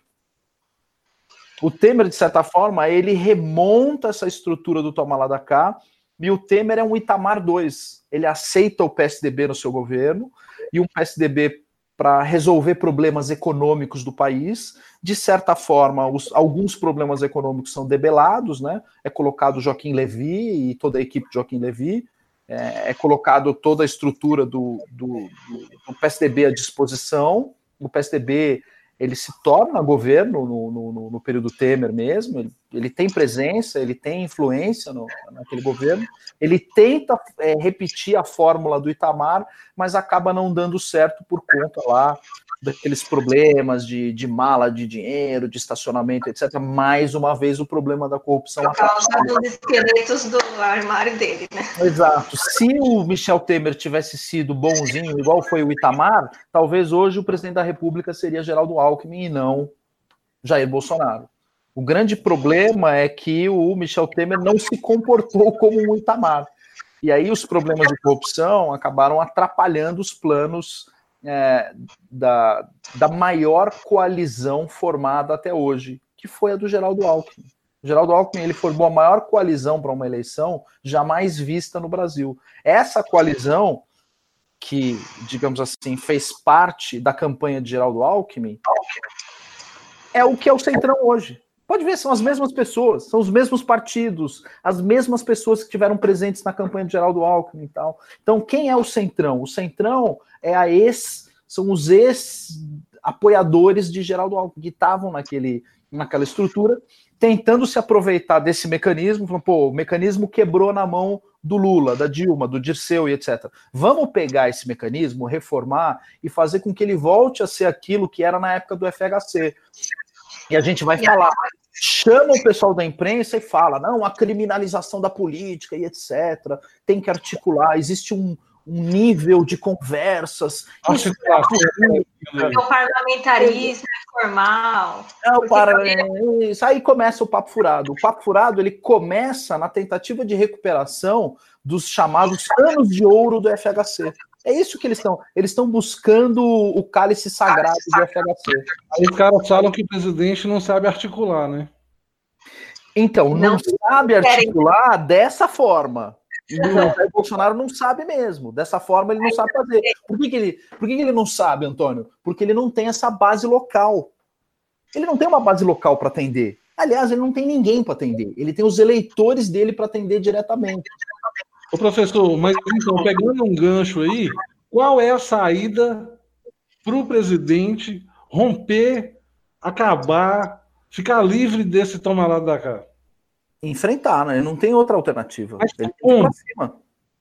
O Temer, de certa forma, ele remonta essa estrutura do toma lá da cá, e o Temer é um Itamar dois. Ele aceita o P S D B no seu governo, e um P S D B para resolver problemas econômicos do país. De certa forma, os, alguns problemas econômicos são debelados, né? É colocado Joaquim Levy e toda a equipe de Joaquim Levy, é, é colocado toda a estrutura do, do, do, do P S D B à disposição. O P S D B ele se torna governo no, no, no período Temer mesmo, ele, ele tem presença, ele tem influência no, naquele governo, ele tenta é, repetir a fórmula do Itamar, mas acaba não dando certo por conta lá daqueles problemas de, de mala de dinheiro, de estacionamento, etcétera. Mais uma vez o problema da corrupção. Por causa dos esqueletos do armário dele, né? Exato. Se o Michel Temer tivesse sido bonzinho, igual foi o Itamar, talvez hoje o presidente da República seria Geraldo Alckmin e não Jair Bolsonaro. O grande problema é que o Michel Temer não se comportou como o Itamar. E aí os problemas de corrupção acabaram atrapalhando os planos É, da, da maior coalizão formada até hoje, que foi a do Geraldo Alckmin. O Geraldo Alckmin ele formou a maior coalizão para uma eleição jamais vista no Brasil. Essa coalizão, que, digamos assim, fez parte da campanha de Geraldo Alckmin, é o que é o Centrão hoje. Pode ver, são as mesmas pessoas, são os mesmos partidos, as mesmas pessoas que estiveram presentes na campanha de Geraldo Alckmin e tal. Então, quem é o Centrão? O Centrão é a ex, são os ex-apoiadores de Geraldo Alckmin, que estavam naquele, naquela estrutura, tentando se aproveitar desse mecanismo, falando, pô, o mecanismo quebrou na mão do Lula, da Dilma, do Dirceu e etcétera. Vamos pegar esse mecanismo, reformar e fazer com que ele volte a ser aquilo que era na época do F H C. E a gente vai falar, chama o pessoal da imprensa e fala, não, a criminalização da política e etcétera. Tem que articular, existe um, um nível de conversas. Isso é o parlamentarismo formal. É o para... Isso aí começa o papo furado. O papo furado ele começa na tentativa de recuperação dos chamados anos de ouro do F H C. É isso que eles estão. Eles estão buscando o cálice sagrado do F H C. Aí os caras falam que o presidente não sabe articular, né? Então, não, não sabe articular dessa forma. E o Bolsonaro não sabe mesmo. Dessa forma, ele não sabe fazer. Por que, que, ele, por que, que ele não sabe, Antônio? Porque ele não tem essa base local. Ele não tem uma base local para atender. Aliás, ele não tem ninguém para atender. Ele tem os eleitores dele para atender diretamente. Ô, professor, mas então, pegando um gancho aí, qual é a saída para o presidente romper, acabar, ficar livre desse toma lá da cá? Enfrentar, né? Não tem outra alternativa. Mas, ele tem que ir pra cima.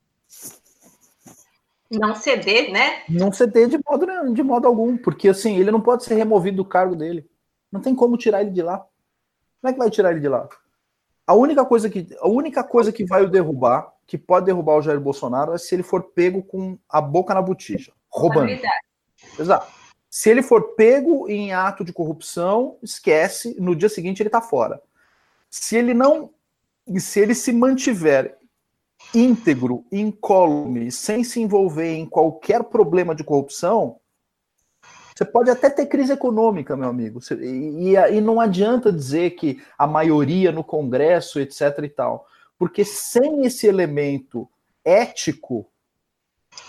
Não ceder, né? Não ceder de modo, de modo algum, porque assim, ele não pode ser removido do cargo dele. Não tem como tirar ele de lá. Como é que vai tirar ele de lá? A única coisa que, a única coisa que vai o derrubar, que pode derrubar o Jair Bolsonaro, é se ele for pego com a boca na botija, roubando. Exato. Se ele for pego em ato de corrupção, esquece, no dia seguinte ele tá fora. Se ele não, se ele se mantiver íntegro, incólume, sem se envolver em qualquer problema de corrupção, você pode até ter crise econômica, meu amigo. E, e não adianta dizer que a maioria no Congresso, etc e tal. Porque sem esse elemento ético,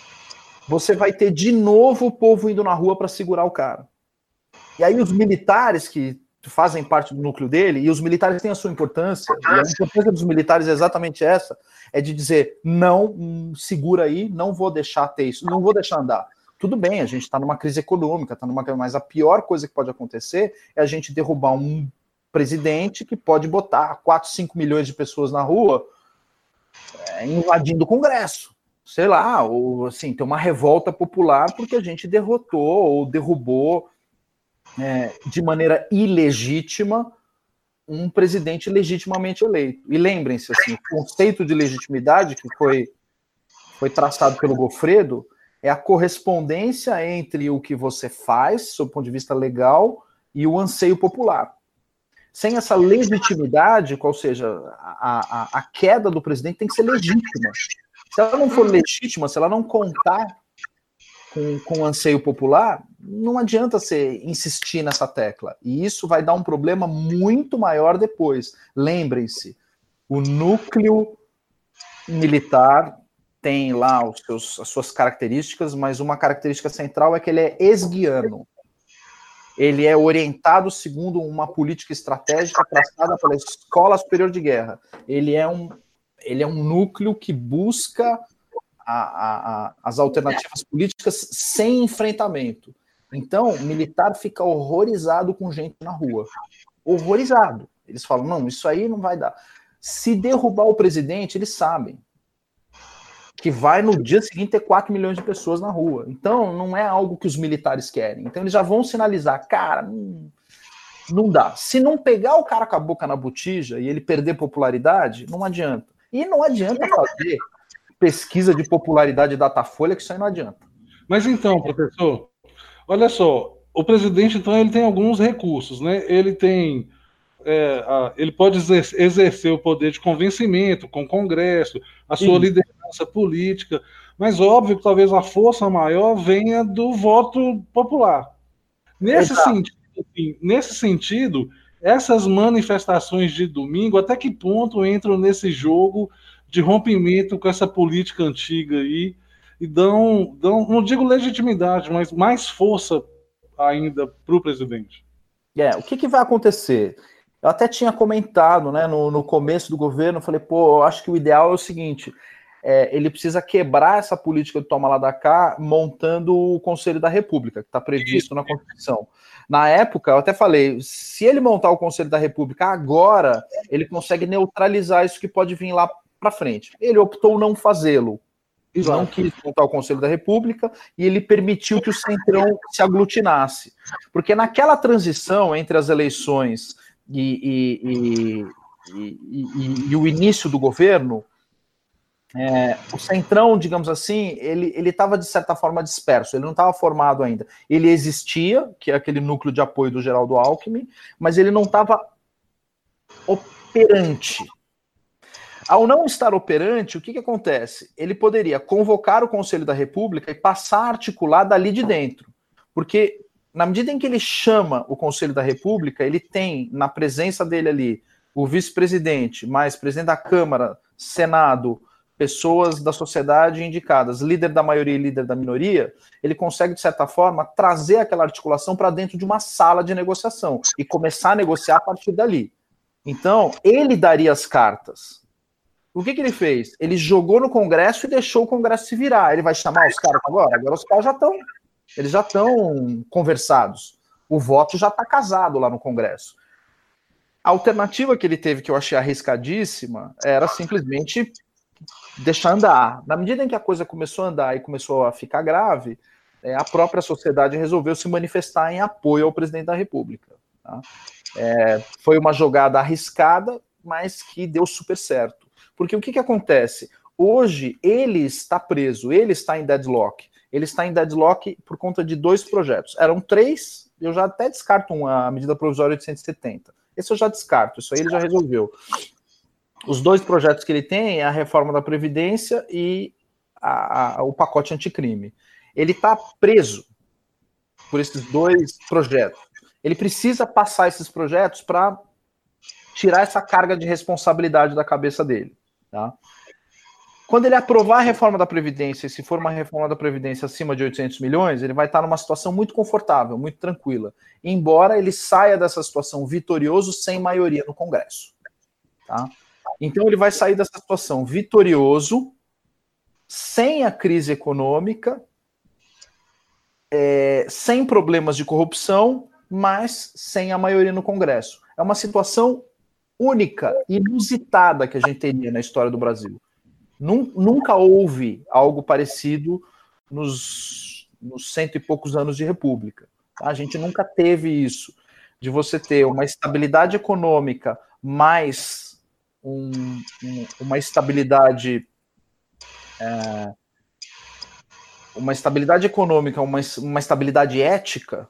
você vai ter de novo o povo indo na rua para segurar o cara. E aí os militares que fazem parte do núcleo dele, e os militares têm a sua importância, e a importância dos militares é exatamente essa, é de dizer, não, segura aí, não vou deixar ter isso, não vou deixar andar. Tudo bem, a gente está numa crise econômica, tá numa, mas a pior coisa que pode acontecer é a gente derrubar um presidente que pode botar quatro, cinco milhões de pessoas na rua é, invadindo o Congresso. Sei lá, ou assim, ter uma revolta popular porque a gente derrotou ou derrubou é, de maneira ilegítima um presidente legitimamente eleito. E lembrem-se, assim, o conceito de legitimidade que foi, foi traçado pelo Goffredo é a correspondência entre o que você faz, sob o ponto de vista legal, e o anseio popular. Sem essa legitimidade, ou seja, a, a, a queda do presidente tem que ser legítima. Se ela não for legítima, se ela não contar com, com o anseio popular, não adianta você insistir nessa tecla. E isso vai dar um problema muito maior depois. Lembrem-se, o núcleo militar tem lá os seus, as suas características, mas uma característica central é que ele é esguiano. Ele é orientado segundo uma política estratégica traçada pela Escola Superior de Guerra. Ele é um, ele é um núcleo que busca a, a, a, as alternativas políticas sem enfrentamento. Então, o militar fica horrorizado com gente na rua. Horrorizado. Eles falam, não, isso aí não vai dar. Se derrubar o presidente, eles sabem que vai no dia seguinte ter quatro milhões de pessoas na rua. Então, não é algo que os militares querem. Então, eles já vão sinalizar, cara, não, não dá. Se não pegar o cara com a boca na botija e ele perder popularidade, não adianta. E não adianta fazer pesquisa de popularidade Datafolha, que isso aí não adianta. Mas então, professor, olha só, o presidente, então, ele tem alguns recursos, né? Ele tem... É, a, ele pode exercer, exercer o poder de convencimento com o Congresso, a sua Sim. liderança política, mas óbvio que talvez a força maior venha do voto popular. Nesse sentido, assim, nesse sentido, essas manifestações de domingo, até que ponto entram nesse jogo de rompimento com essa política antiga aí e dão, dão não digo legitimidade, mas mais força ainda para o presidente? É, o que, que vai acontecer? Eu até tinha comentado, né, no, no começo do governo, eu falei, pô, eu acho que o ideal é o seguinte, é, ele precisa quebrar essa política do toma lá da cá, montando o Conselho da República, que está previsto na Constituição. Na época, eu até falei, se ele montar o Conselho da República agora, ele consegue neutralizar isso que pode vir lá para frente. Ele optou não fazê-lo. Não quis montar o Conselho da República e ele permitiu que o Centrão se aglutinasse. Porque naquela transição entre as eleições E, e, e, e, e o início do governo, é, o Centrão, digamos assim, ele ele estava de certa forma disperso, ele não estava formado ainda. Ele existia, que é aquele núcleo de apoio do Geraldo Alckmin, mas ele não estava operante. Ao não estar operante, o que, que acontece? Ele poderia convocar o Conselho da República e passar a articular dali de dentro, porque na medida em que ele chama o Conselho da República, ele tem na presença dele ali o vice-presidente, mais presidente da Câmara, Senado, pessoas da sociedade indicadas, líder da maioria e líder da minoria, ele consegue, de certa forma, trazer aquela articulação para dentro de uma sala de negociação e começar a negociar a partir dali. Então, ele daria as cartas. O que, que ele fez? Ele jogou no Congresso e deixou o Congresso se virar. Ele vai chamar os caras agora? Agora os caras já estão... Eles já estão conversados. O voto já está casado lá no Congresso. A alternativa que ele teve, que eu achei arriscadíssima, era simplesmente deixar andar. Na medida em que a coisa começou a andar e começou a ficar grave, é, a própria sociedade resolveu se manifestar em apoio ao presidente da República. Tá? É, foi uma jogada arriscada, mas que deu super certo. Porque o que, que acontece? Hoje, ele está preso, ele está em deadlock. Ele está em deadlock por conta de dois projetos. Eram três, eu já até descarto uma, a medida provisória oitocentos e setenta. Esse eu já descarto, isso aí ele já resolveu. Os dois projetos que ele tem é a reforma da Previdência e a, a, o pacote anticrime. Ele está preso por esses dois projetos. Ele precisa passar esses projetos para tirar essa carga de responsabilidade da cabeça dele. Tá? Quando ele aprovar a reforma da Previdência, e se for uma reforma da Previdência acima de oitocentos milhões, ele vai estar numa situação muito confortável, muito tranquila, embora ele saia dessa situação vitorioso sem maioria no Congresso. Tá? Então ele vai sair dessa situação vitorioso, sem a crise econômica, é, sem problemas de corrupção, mas sem a maioria no Congresso. É uma situação única, inusitada que a gente teria na história do Brasil. Nunca houve algo parecido nos, nos cento e poucos anos de república. Tá? A gente nunca teve isso, de você ter uma estabilidade econômica mais um, um, uma estabilidade é, uma estabilidade econômica, uma, uma estabilidade ética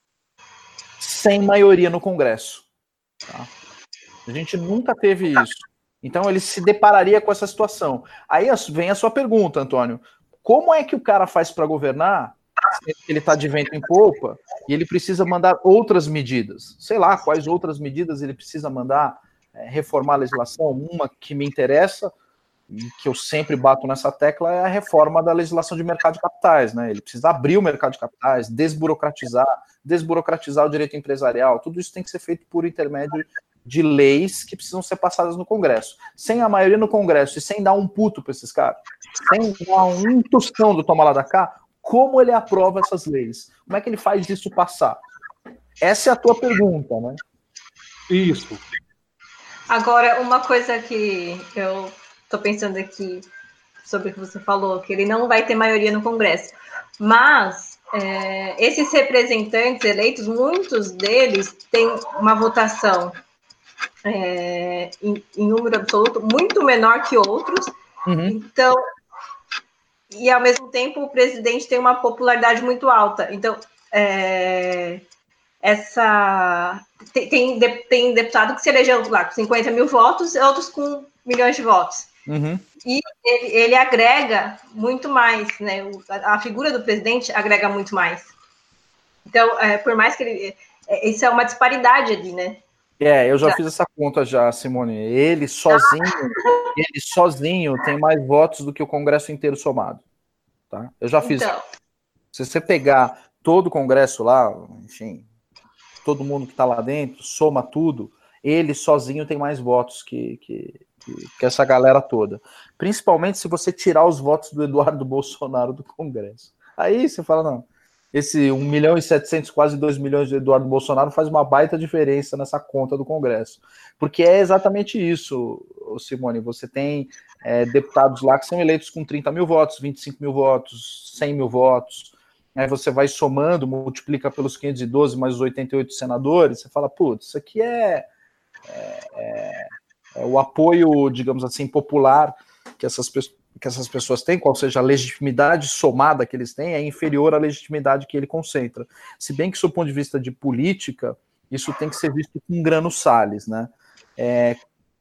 sem maioria no Congresso. Tá? A gente nunca teve isso. Então ele se depararia com essa situação. Aí vem a sua pergunta, Antônio. Como é que o cara faz para governar se ele está de vento em popa e ele precisa mandar outras medidas? Sei lá, quais outras medidas ele precisa mandar? É, reformar a legislação? Uma que me interessa, e que eu sempre bato nessa tecla, é a reforma da legislação de mercado de capitais. Né? Ele precisa abrir o mercado de capitais, desburocratizar, desburocratizar o direito empresarial. Tudo isso tem que ser feito por intermédio de leis que precisam ser passadas no Congresso. Sem a maioria no Congresso e sem dar um puto para esses caras, sem dar um tostão do toma lá da cá, como ele aprova essas leis? Como é que ele faz isso passar? Essa é a tua pergunta, né? Isso. Agora, uma coisa que eu estou pensando aqui sobre o que você falou, que ele não vai ter maioria no Congresso, mas é, esses representantes eleitos, muitos deles têm uma votação É, em, em número absoluto, muito menor que outros. Uhum. Então, e ao mesmo tempo o presidente tem uma popularidade muito alta. Então, é, essa tem, tem, tem deputado que se elegeu lá com cinquenta mil votos, outros com milhões de votos. Uhum. E ele, ele agrega muito mais, né? O, a, a figura do presidente agrega muito mais. Então, é, por mais que ele... É, isso é uma disparidade ali, né? É, eu já, já fiz essa conta já, Simone. Ele sozinho, ah. ele sozinho tem mais votos do que o Congresso inteiro somado. Tá? Eu já fiz. Então. Se você pegar todo o Congresso lá, enfim, todo mundo que está lá dentro, soma tudo, ele sozinho tem mais votos que, que, que, que essa galera toda. Principalmente se você tirar os votos do Eduardo Bolsonaro do Congresso. Aí você fala, não, esse um milhão e setecentos, quase dois milhões de Eduardo Bolsonaro faz uma baita diferença nessa conta do Congresso. Porque é exatamente isso, Simone. Você tem é, deputados lá que são eleitos com trinta mil votos, vinte e cinco mil votos, cem mil votos. Aí você vai somando, multiplica pelos quinhentos e doze mais os oitenta e oito senadores, você fala, putz, isso aqui é, é, é, é o apoio, digamos assim, popular que essas pessoas que essas pessoas têm, qual seja a legitimidade somada que eles têm, é inferior à legitimidade que ele concentra. Se bem que, do ponto de vista de política, isso tem que ser visto com grano Salles, né? É,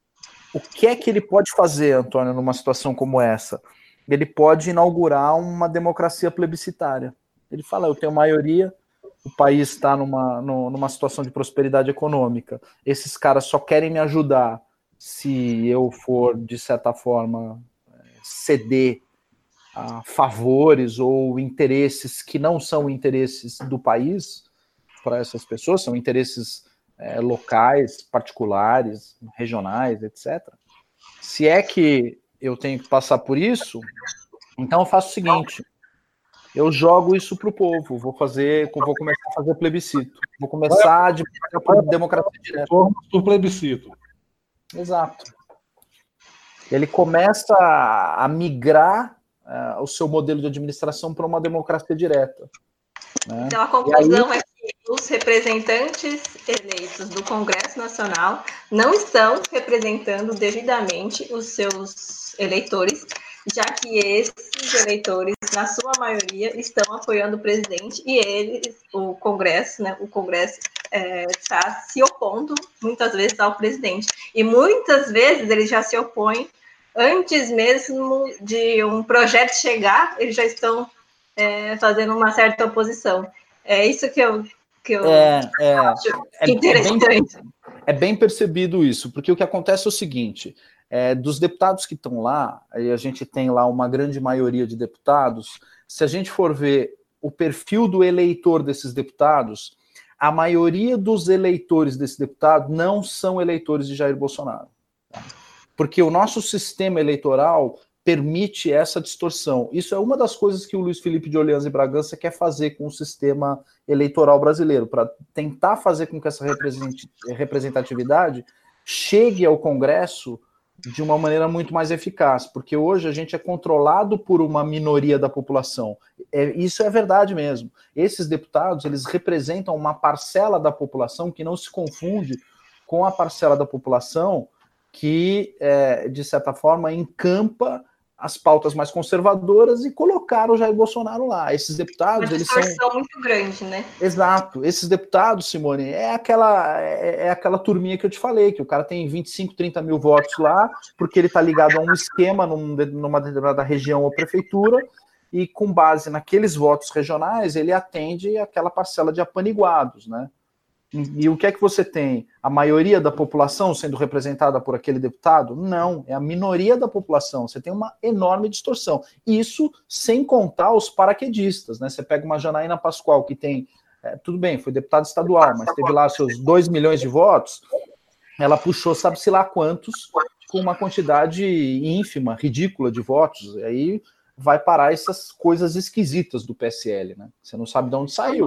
o que é que ele pode fazer, Antônio, numa situação como essa? Ele pode inaugurar uma democracia plebiscitária. Ele fala, eu tenho maioria, o país está numa, numa situação de prosperidade econômica, esses caras só querem me ajudar se eu for, de certa forma, ceder a favores ou interesses que não são interesses do país para essas pessoas, são interesses é, locais, particulares, regionais, etcétera. Se é que eu tenho que passar por isso, então eu faço o seguinte, eu jogo isso para o povo, vou fazer, vou começar a fazer plebiscito, vou começar a democracia por democracia direta. Por plebiscito. Exato. Ele começa a migrar uh, o seu modelo de administração para uma democracia direta. Né? Então, a conclusão aí... é que os representantes eleitos do Congresso Nacional não estão representando devidamente os seus eleitores, já que esses eleitores, na sua maioria, estão apoiando o presidente e eles, o Congresso, né, o Congresso é, está se opondo, muitas vezes, ao presidente. E muitas vezes eles já se opõem antes mesmo de um projeto chegar, eles já estão é, fazendo uma certa oposição. É isso que eu, que eu é, é, acho interessante. É bem, É bem percebido isso, porque o que acontece é o seguinte, é, dos deputados que estão lá, aí a gente tem lá uma grande maioria de deputados, se a gente for ver o perfil do eleitor desses deputados, a maioria dos eleitores desse deputado não são eleitores de Jair Bolsonaro. Tá? Porque o nosso sistema eleitoral permite essa distorção. Isso é uma das coisas que o Luiz Felipe de Orleans e Bragança quer fazer com o sistema eleitoral brasileiro, para tentar fazer com que essa representatividade chegue ao Congresso de uma maneira muito mais eficaz, porque hoje a gente é controlado por uma minoria da população. É, isso é verdade mesmo. Esses deputados, eles representam uma parcela da população que não se confunde com a parcela da população que, é, de certa forma, encampa as pautas mais conservadoras e colocaram o Jair Bolsonaro lá. Esses deputados, uma eles são... distorção muito grande, né? Exato. Esses deputados, Simone, é aquela, é, é aquela turminha que eu te falei, que o cara tem vinte e cinco, trinta mil votos lá, porque ele está ligado a um esquema num, numa determinada região ou prefeitura, e com base naqueles votos regionais, ele atende aquela parcela de apaniguados, né? E o que é que você tem? A maioria da população sendo representada por aquele deputado? Não, é a minoria da população. Você tem uma enorme distorção. Isso sem contar os paraquedistas, né? Você pega uma Janaína Pascoal que tem, é, tudo bem, foi deputada estadual, mas teve lá seus dois milhões de votos, ela puxou sabe-se lá quantos, com uma quantidade ínfima, ridícula de votos. Aí vai parar essas coisas esquisitas do P S L, né? Você não sabe de onde saiu.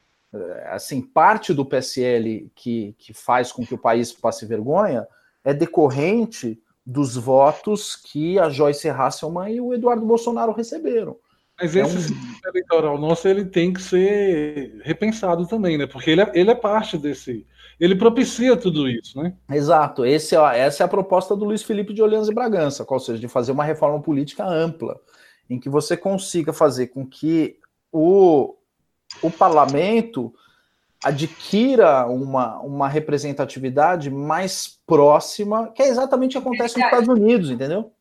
Assim, parte do P S L que, que faz com que o país passe vergonha é decorrente dos votos que a Joyce Hasselmann e o Eduardo Bolsonaro receberam. Mas esse é um... sistema eleitoral nosso, ele tem que ser repensado também, né? Porque ele é, ele é parte desse... Ele propicia tudo isso, né? Exato. Esse é, essa é a proposta do Luiz Felipe de Orleans e Bragança, ou seja, de fazer uma reforma política ampla, em que você consiga fazer com que o... o parlamento adquira uma, uma representatividade mais próxima, que é exatamente o que acontece nos Estados Unidos, entendeu?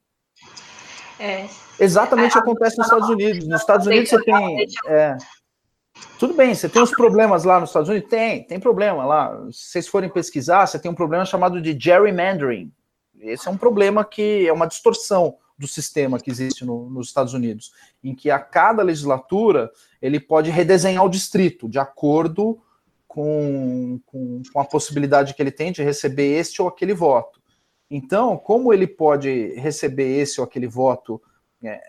É. Exatamente o que acontece nos Estados Unidos. Nos Estados Unidos você tem... É, tudo bem, você tem os problemas lá nos Estados Unidos? Tem, tem problema lá. Se vocês forem pesquisar, você tem um problema chamado de gerrymandering. Esse é um problema que é uma distorção do sistema que existe no, nos Estados Unidos, em que a cada legislatura ele pode redesenhar o distrito de acordo com, com, com a possibilidade que ele tem de receber este ou aquele voto. Então, como ele pode receber esse ou aquele voto é,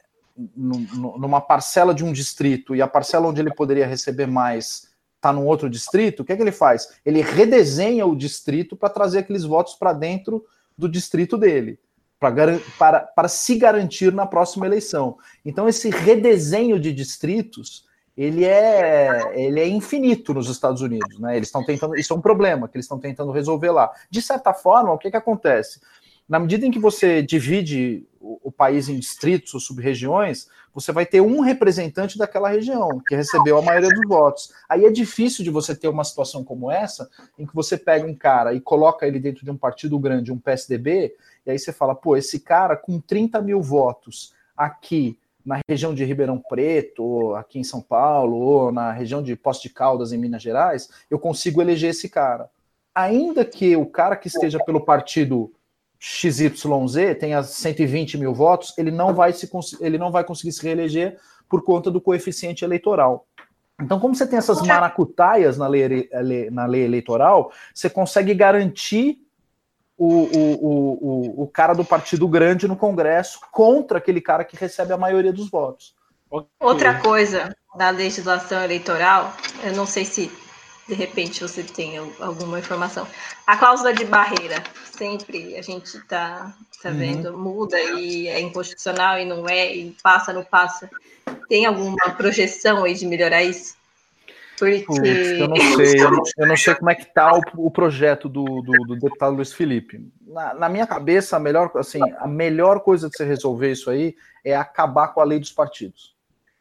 numa parcela de um distrito e a parcela onde ele poderia receber mais está num outro distrito, o que é que ele faz? Ele redesenha o distrito para trazer aqueles votos para dentro do distrito dele. Para, para, para se garantir na próxima eleição. Então, esse redesenho de distritos, ele é, ele é infinito nos Estados Unidos, né? Eles estão tentando, isso é um problema que eles estão tentando resolver lá. De certa forma, o que, que acontece? Na medida em que você divide o, o país em distritos ou sub-regiões, você vai ter um representante daquela região, que recebeu a maioria dos votos. Aí é difícil de você ter uma situação como essa, em que você pega um cara e coloca ele dentro de um partido grande, um P S D B, e aí você fala, pô, esse cara com trinta mil votos aqui na região de Ribeirão Preto, ou aqui em São Paulo, ou na região de Poços de Caldas, em Minas Gerais, eu consigo eleger esse cara. Ainda que o cara que esteja pelo partido X Y Z tenha cento e vinte mil votos, ele não vai, se, ele não vai conseguir se reeleger por conta do coeficiente eleitoral. Então, como você tem essas maracutaias na lei, na lei eleitoral, você consegue garantir O, o, o, o cara do partido grande no Congresso contra aquele cara que recebe a maioria dos votos. Outra coisa da legislação eleitoral, eu não sei se de repente você tem alguma informação. A cláusula de barreira, sempre a gente está tá vendo, uhum. muda e é inconstitucional e não é, e passa, não passa. Tem alguma projeção aí de melhorar isso? Porque... Putz, eu não sei, eu não, eu não sei como é que está o, o projeto do, do, do deputado Luiz Felipe. Na, na minha cabeça, a melhor, assim, a melhor coisa de você resolver isso aí é acabar com a lei dos partidos.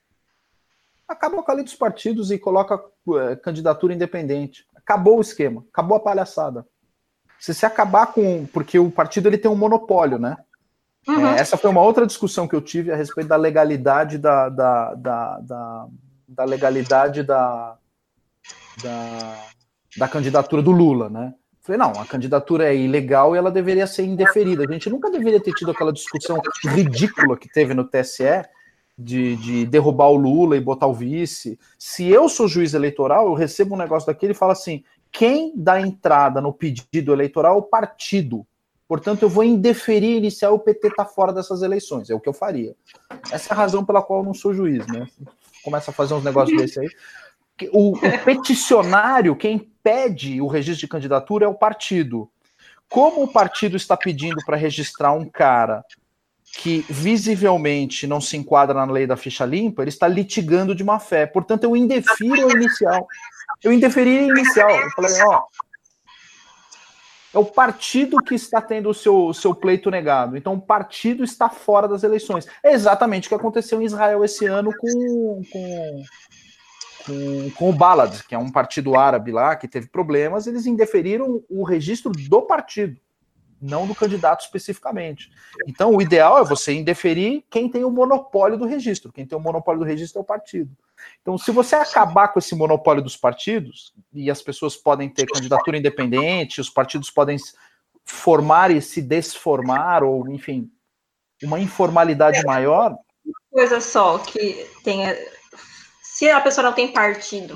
Acaba com a lei dos partidos e coloca é, candidatura independente. Acabou o esquema, acabou a palhaçada. Se você acabar com... Porque o partido ele tem um monopólio, né? Uhum. É, essa foi uma outra discussão que eu tive a respeito da legalidade da, da, da, da, da legalidade da... Da, da candidatura do Lula, né? Falei, não, a candidatura é ilegal e ela deveria ser indeferida. A gente nunca deveria ter tido aquela discussão ridícula que teve no T S E de, de derrubar o Lula e botar o vice. Se eu sou juiz eleitoral, eu recebo um negócio daquele e falo assim, quem dá entrada no pedido eleitoral é o partido. Portanto, eu vou indeferir inicial, o P T está fora dessas eleições. É o que eu faria. Essa é a razão pela qual eu não sou juiz, né? Começa a fazer uns negócios desse aí. O, o peticionário, quem pede o registro de candidatura é o partido. Como o partido está pedindo para registrar um cara que visivelmente não se enquadra na lei da ficha limpa, ele está litigando de má fé. Portanto, eu indefiro a inicial. Eu indeferi a inicial. Eu falei, ó, é o partido que está tendo o seu, seu pleito negado. Então, o partido está fora das eleições. É exatamente o que aconteceu em Israel esse ano com... com Com, com o Balad, que é um partido árabe lá, que teve problemas, eles indeferiram o registro do partido, não do candidato especificamente. Então, o ideal é você indeferir quem tem o monopólio do registro. Quem tem o monopólio do registro é o partido. Então, se você acabar com esse monopólio dos partidos, e as pessoas podem ter candidatura independente, os partidos podem formar e se desformar, ou, enfim, uma informalidade maior... Coisa só, que tenha... Se a pessoa não tem partido,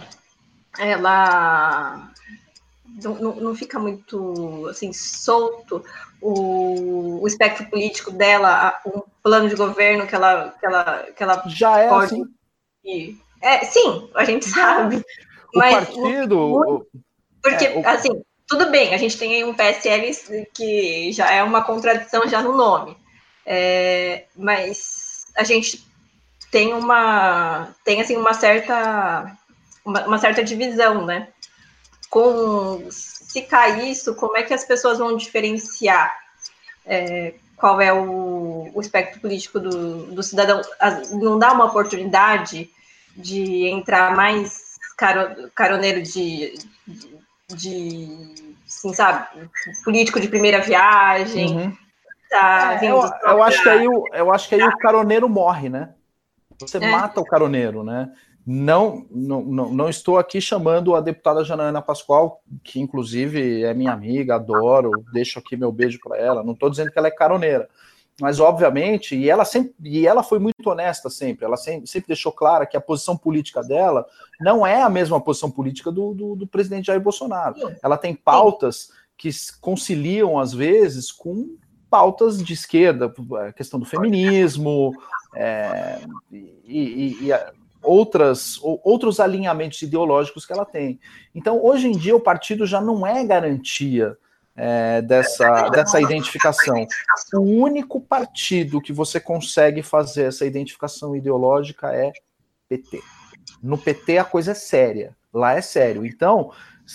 ela não, não, não fica muito assim, solto o, o espectro político dela, um plano de governo que ela, que ela, que ela já é pode... assim. É, sim, a gente sabe. O mas partido... Muito, porque, é, o... assim, tudo bem, a gente tem aí um P S L que já é uma contradição já no nome. É, mas a gente... tem uma tem assim uma certa uma, uma certa divisão, né? Com se cair isso, como é que as pessoas vão diferenciar é, qual é o, o espectro político do, do cidadão? Não dá uma oportunidade de entrar mais caro, caroneiro de, de, de assim, sabe, político de primeira viagem. Uhum. Tá é, eu, eu acho que aí o, eu acho que aí o caroneiro morre, né? Você é. mata o caroneiro, né? Não, não, não estou aqui chamando a deputada Janaína Pascoal, que inclusive é minha amiga, adoro, deixo aqui meu beijo para ela. Não estou dizendo que ela é caroneira, mas obviamente, e ela sempre, e ela foi muito honesta sempre. Ela sempre, sempre deixou clara que a posição política dela não é a mesma posição política do, do, do presidente Jair Bolsonaro. Ela tem pautas que conciliam às vezes com pautas de esquerda, a questão do feminismo, é, e, e, e outras, outros alinhamentos ideológicos que ela tem. Então, hoje em dia, o partido já não é garantia é, dessa, dessa identificação. O único partido que você consegue fazer essa identificação ideológica é P T. No P T a coisa é séria, lá é sério. Então,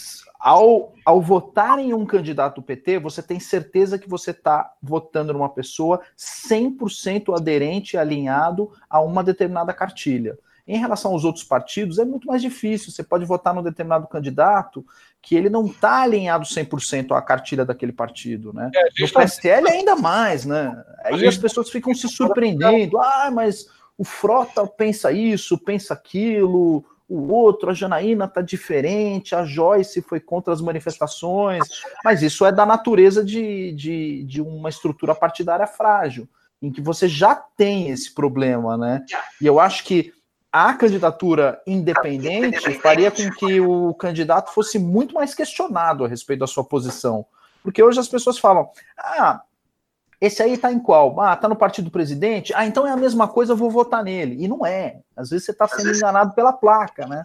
Ao, ao votar em um candidato do P T, você tem certeza que você está votando numa pessoa cem por cento aderente e alinhado a uma determinada cartilha. Em relação aos outros partidos, é muito mais difícil. Você pode votar num determinado candidato que ele não está alinhado cem por cento à cartilha daquele partido, né? É, no P S L ainda mais, né? Aí as pessoas ficam se surpreendendo. Ah, mas o Frota pensa isso, pensa aquilo... O outro, a Janaína está diferente, a Joyce foi contra as manifestações, mas isso é da natureza de, de, de uma estrutura partidária frágil, em que você já tem esse problema, né? E eu acho que a candidatura independente faria com que o candidato fosse muito mais questionado a respeito da sua posição. Porque hoje as pessoas falam, ah, esse aí tá em qual? Ah, tá no partido do presidente? Ah, então é a mesma coisa, eu vou votar nele. E não é. Às vezes você tá sendo enganado pela placa, né?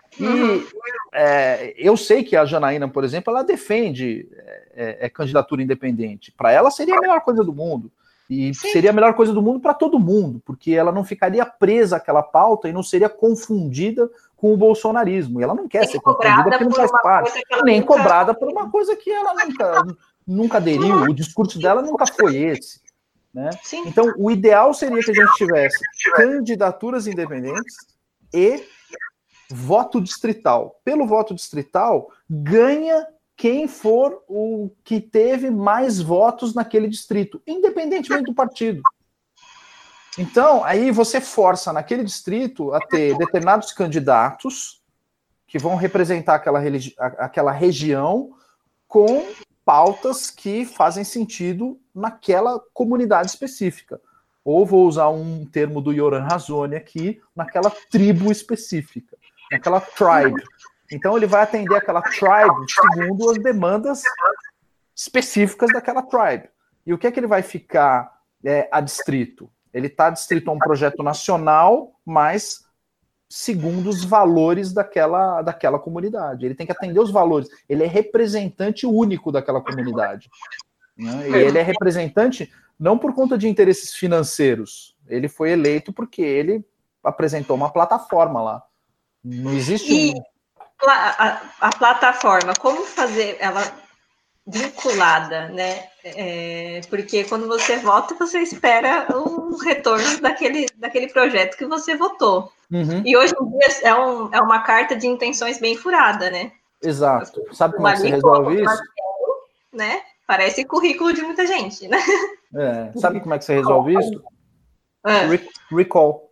E é, eu sei que a Janaína, por exemplo, ela defende é, é, candidatura independente. Para ela seria a melhor coisa do mundo. E Sim. seria a melhor coisa do mundo para todo mundo, porque ela não ficaria presa àquela pauta e não seria confundida com o bolsonarismo. E ela não quer nem ser confundida porque não faz parte. Nem nunca... cobrada por uma coisa que ela nunca... nunca aderiu, o discurso dela nunca foi esse, né? Então, o ideal seria que a gente tivesse candidaturas independentes e voto distrital. Pelo voto distrital, ganha quem for o que teve mais votos naquele distrito, independentemente do partido. Então, aí você força naquele distrito a ter determinados candidatos que vão representar aquela, aquela região com pautas que fazem sentido naquela comunidade específica. Ou vou usar um termo do Yoram Razoni aqui, naquela tribo específica, naquela tribe. Então ele vai atender aquela tribe segundo as demandas específicas daquela tribe. E o que é que ele vai ficar é, adstrito? Ele está adstrito a um projeto nacional, mas segundo os valores daquela, daquela comunidade. Ele tem que atender os valores. Ele é representante único daquela comunidade. Né? E ele é representante não por conta de interesses financeiros. Ele foi eleito porque ele apresentou uma plataforma lá. Não existe e um... a, a plataforma, como fazer ela vinculada, né? É, porque quando você vota, você espera o retorno daquele, daquele projeto que você votou. Uhum. E hoje em dia é, um, é uma carta de intenções bem furada, né? Exato. Sabe como é que você resolve isso? Né? Parece currículo de muita gente, né? É. Sabe como é que você resolve isso? É. Re- recall.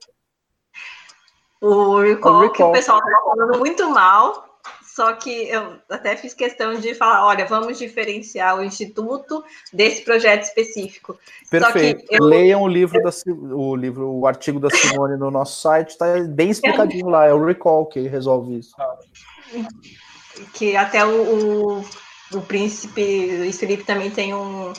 O recall, O recall. que o pessoal está falando muito mal, só que eu até fiz questão de falar, olha, vamos diferenciar o Instituto desse projeto específico. Perfeito. Só que eu... Leiam o livro, da, o livro, o artigo da Simone no nosso site, está bem explicadinho lá, é o recall que resolve isso. Que até o, o, o príncipe Luiz Felipe também tem um,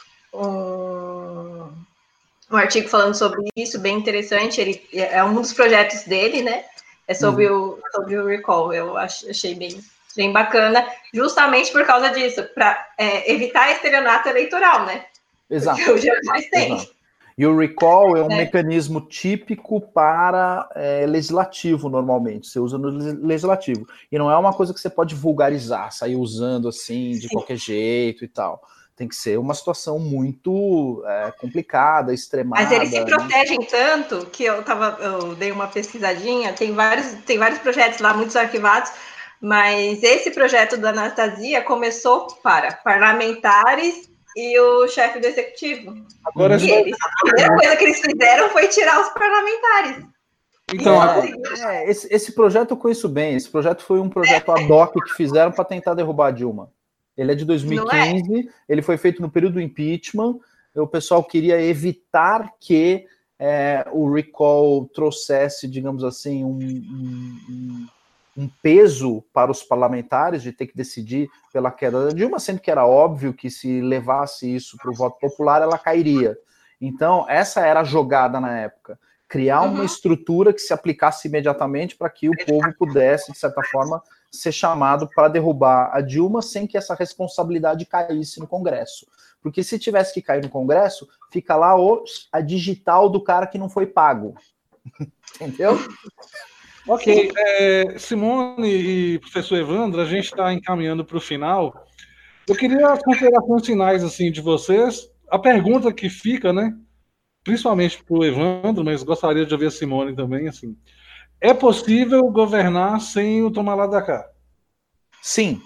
um, um artigo falando sobre isso, bem interessante. Ele é um dos projetos dele, né? É sobre, uhum. o, sobre o recall. Eu achei bem, bem bacana, justamente por causa disso, para é, evitar estelionato eleitoral, né? Exato. Porque hoje é mais tem. Exato. E o recall é um é. mecanismo típico para é, legislativo, normalmente. Você usa no legislativo. E não é uma coisa que você pode vulgarizar, sair usando assim, de Sim. qualquer jeito e tal. Tem que ser uma situação muito é, complicada, extremada. Mas eles se protegem tanto que eu, tava, eu dei uma pesquisadinha, tem vários, tem vários projetos lá, muitos arquivados, mas esse projeto da Anastasia começou para parlamentares e o chefe do executivo. Agora e eles, a primeira coisa que eles fizeram foi tirar os parlamentares. Então, é, é, esse, esse projeto eu conheço bem. Esse projeto foi um projeto ad hoc que fizeram para tentar derrubar a Dilma. Ele é de dois mil e quinze, é? Ele foi feito no período do impeachment. O pessoal queria evitar que é, o recall trouxesse, digamos assim, um, um, um peso para os parlamentares de ter que decidir pela queda da Dilma, sendo que era óbvio que se levasse isso para o voto popular, ela cairia. Então, essa era a jogada na época. Criar uma uhum. estrutura que se aplicasse imediatamente para que o povo pudesse, de certa forma, ser chamado para derrubar a Dilma sem que essa responsabilidade caísse no Congresso. Porque se tivesse que cair no Congresso, fica lá o, a digital do cara que não foi pago. Entendeu? Ok. É, Simone e professor Evandro, a gente está encaminhando para o final. Eu queria as considerações finais assim, de vocês. A pergunta que fica, né? Principalmente para o Evandro, mas gostaria de ouvir a Simone também, assim. É possível governar sem o tomar lá da cá? Sim.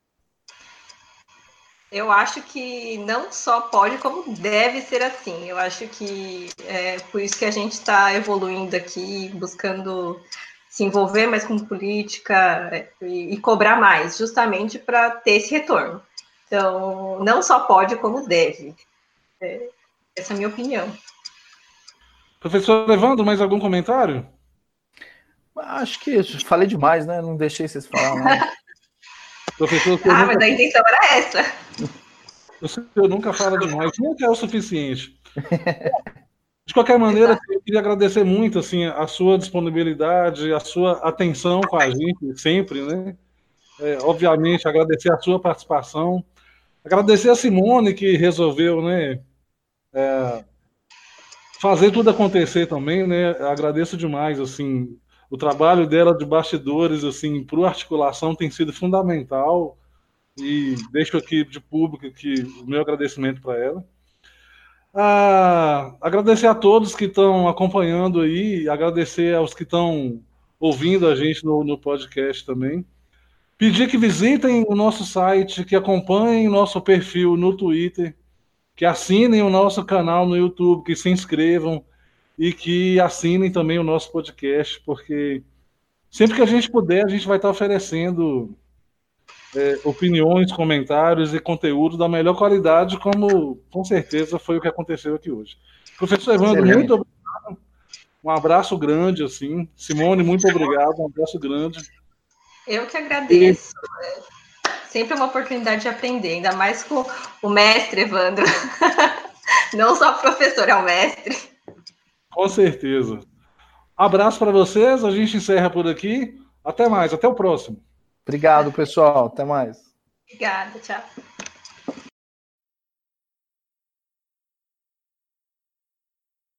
Eu acho que não só pode, como deve ser assim. Eu acho que é por isso que a gente está evoluindo aqui, buscando se envolver mais com política e, e cobrar mais, justamente para ter esse retorno. Então, não só pode, como deve. É, essa é a minha opinião. Professor Evandro, mais algum comentário? Acho que falei demais, né? Não deixei vocês falar nada. Professor, ah, nunca... mas a intenção era essa. O senhor nunca fala demais, nunca é o suficiente. De qualquer maneira, Exato. Eu queria agradecer muito assim, a sua disponibilidade, a sua atenção com a gente, sempre, né? É, obviamente, agradecer a sua participação. Agradecer a Simone, que resolveu, né, é, fazer tudo acontecer também, né? Agradeço demais, assim, o trabalho dela de bastidores, assim, para a articulação tem sido fundamental e deixo aqui de público aqui o meu agradecimento para ela. Ah, agradecer a todos que estão acompanhando aí, agradecer aos que estão ouvindo a gente no, no podcast também. Pedir que visitem o nosso site, que acompanhem o nosso perfil no Twitter, que assinem o nosso canal no YouTube, que se inscrevam e que assinem também o nosso podcast, porque sempre que a gente puder, a gente vai estar oferecendo é, opiniões, comentários e conteúdo da melhor qualidade, como com certeza foi o que aconteceu aqui hoje. Professor Evandro, Excelente. muito obrigado. Um abraço grande, assim. Simone, muito obrigado. Um abraço grande. Eu que agradeço. É sempre uma oportunidade de aprender, ainda mais com o mestre Evandro. Não só o professor, é o mestre. Com certeza. Abraço para vocês. A gente encerra por aqui. Até mais. Até o próximo. Obrigado, pessoal. Até mais. Obrigada, tchau.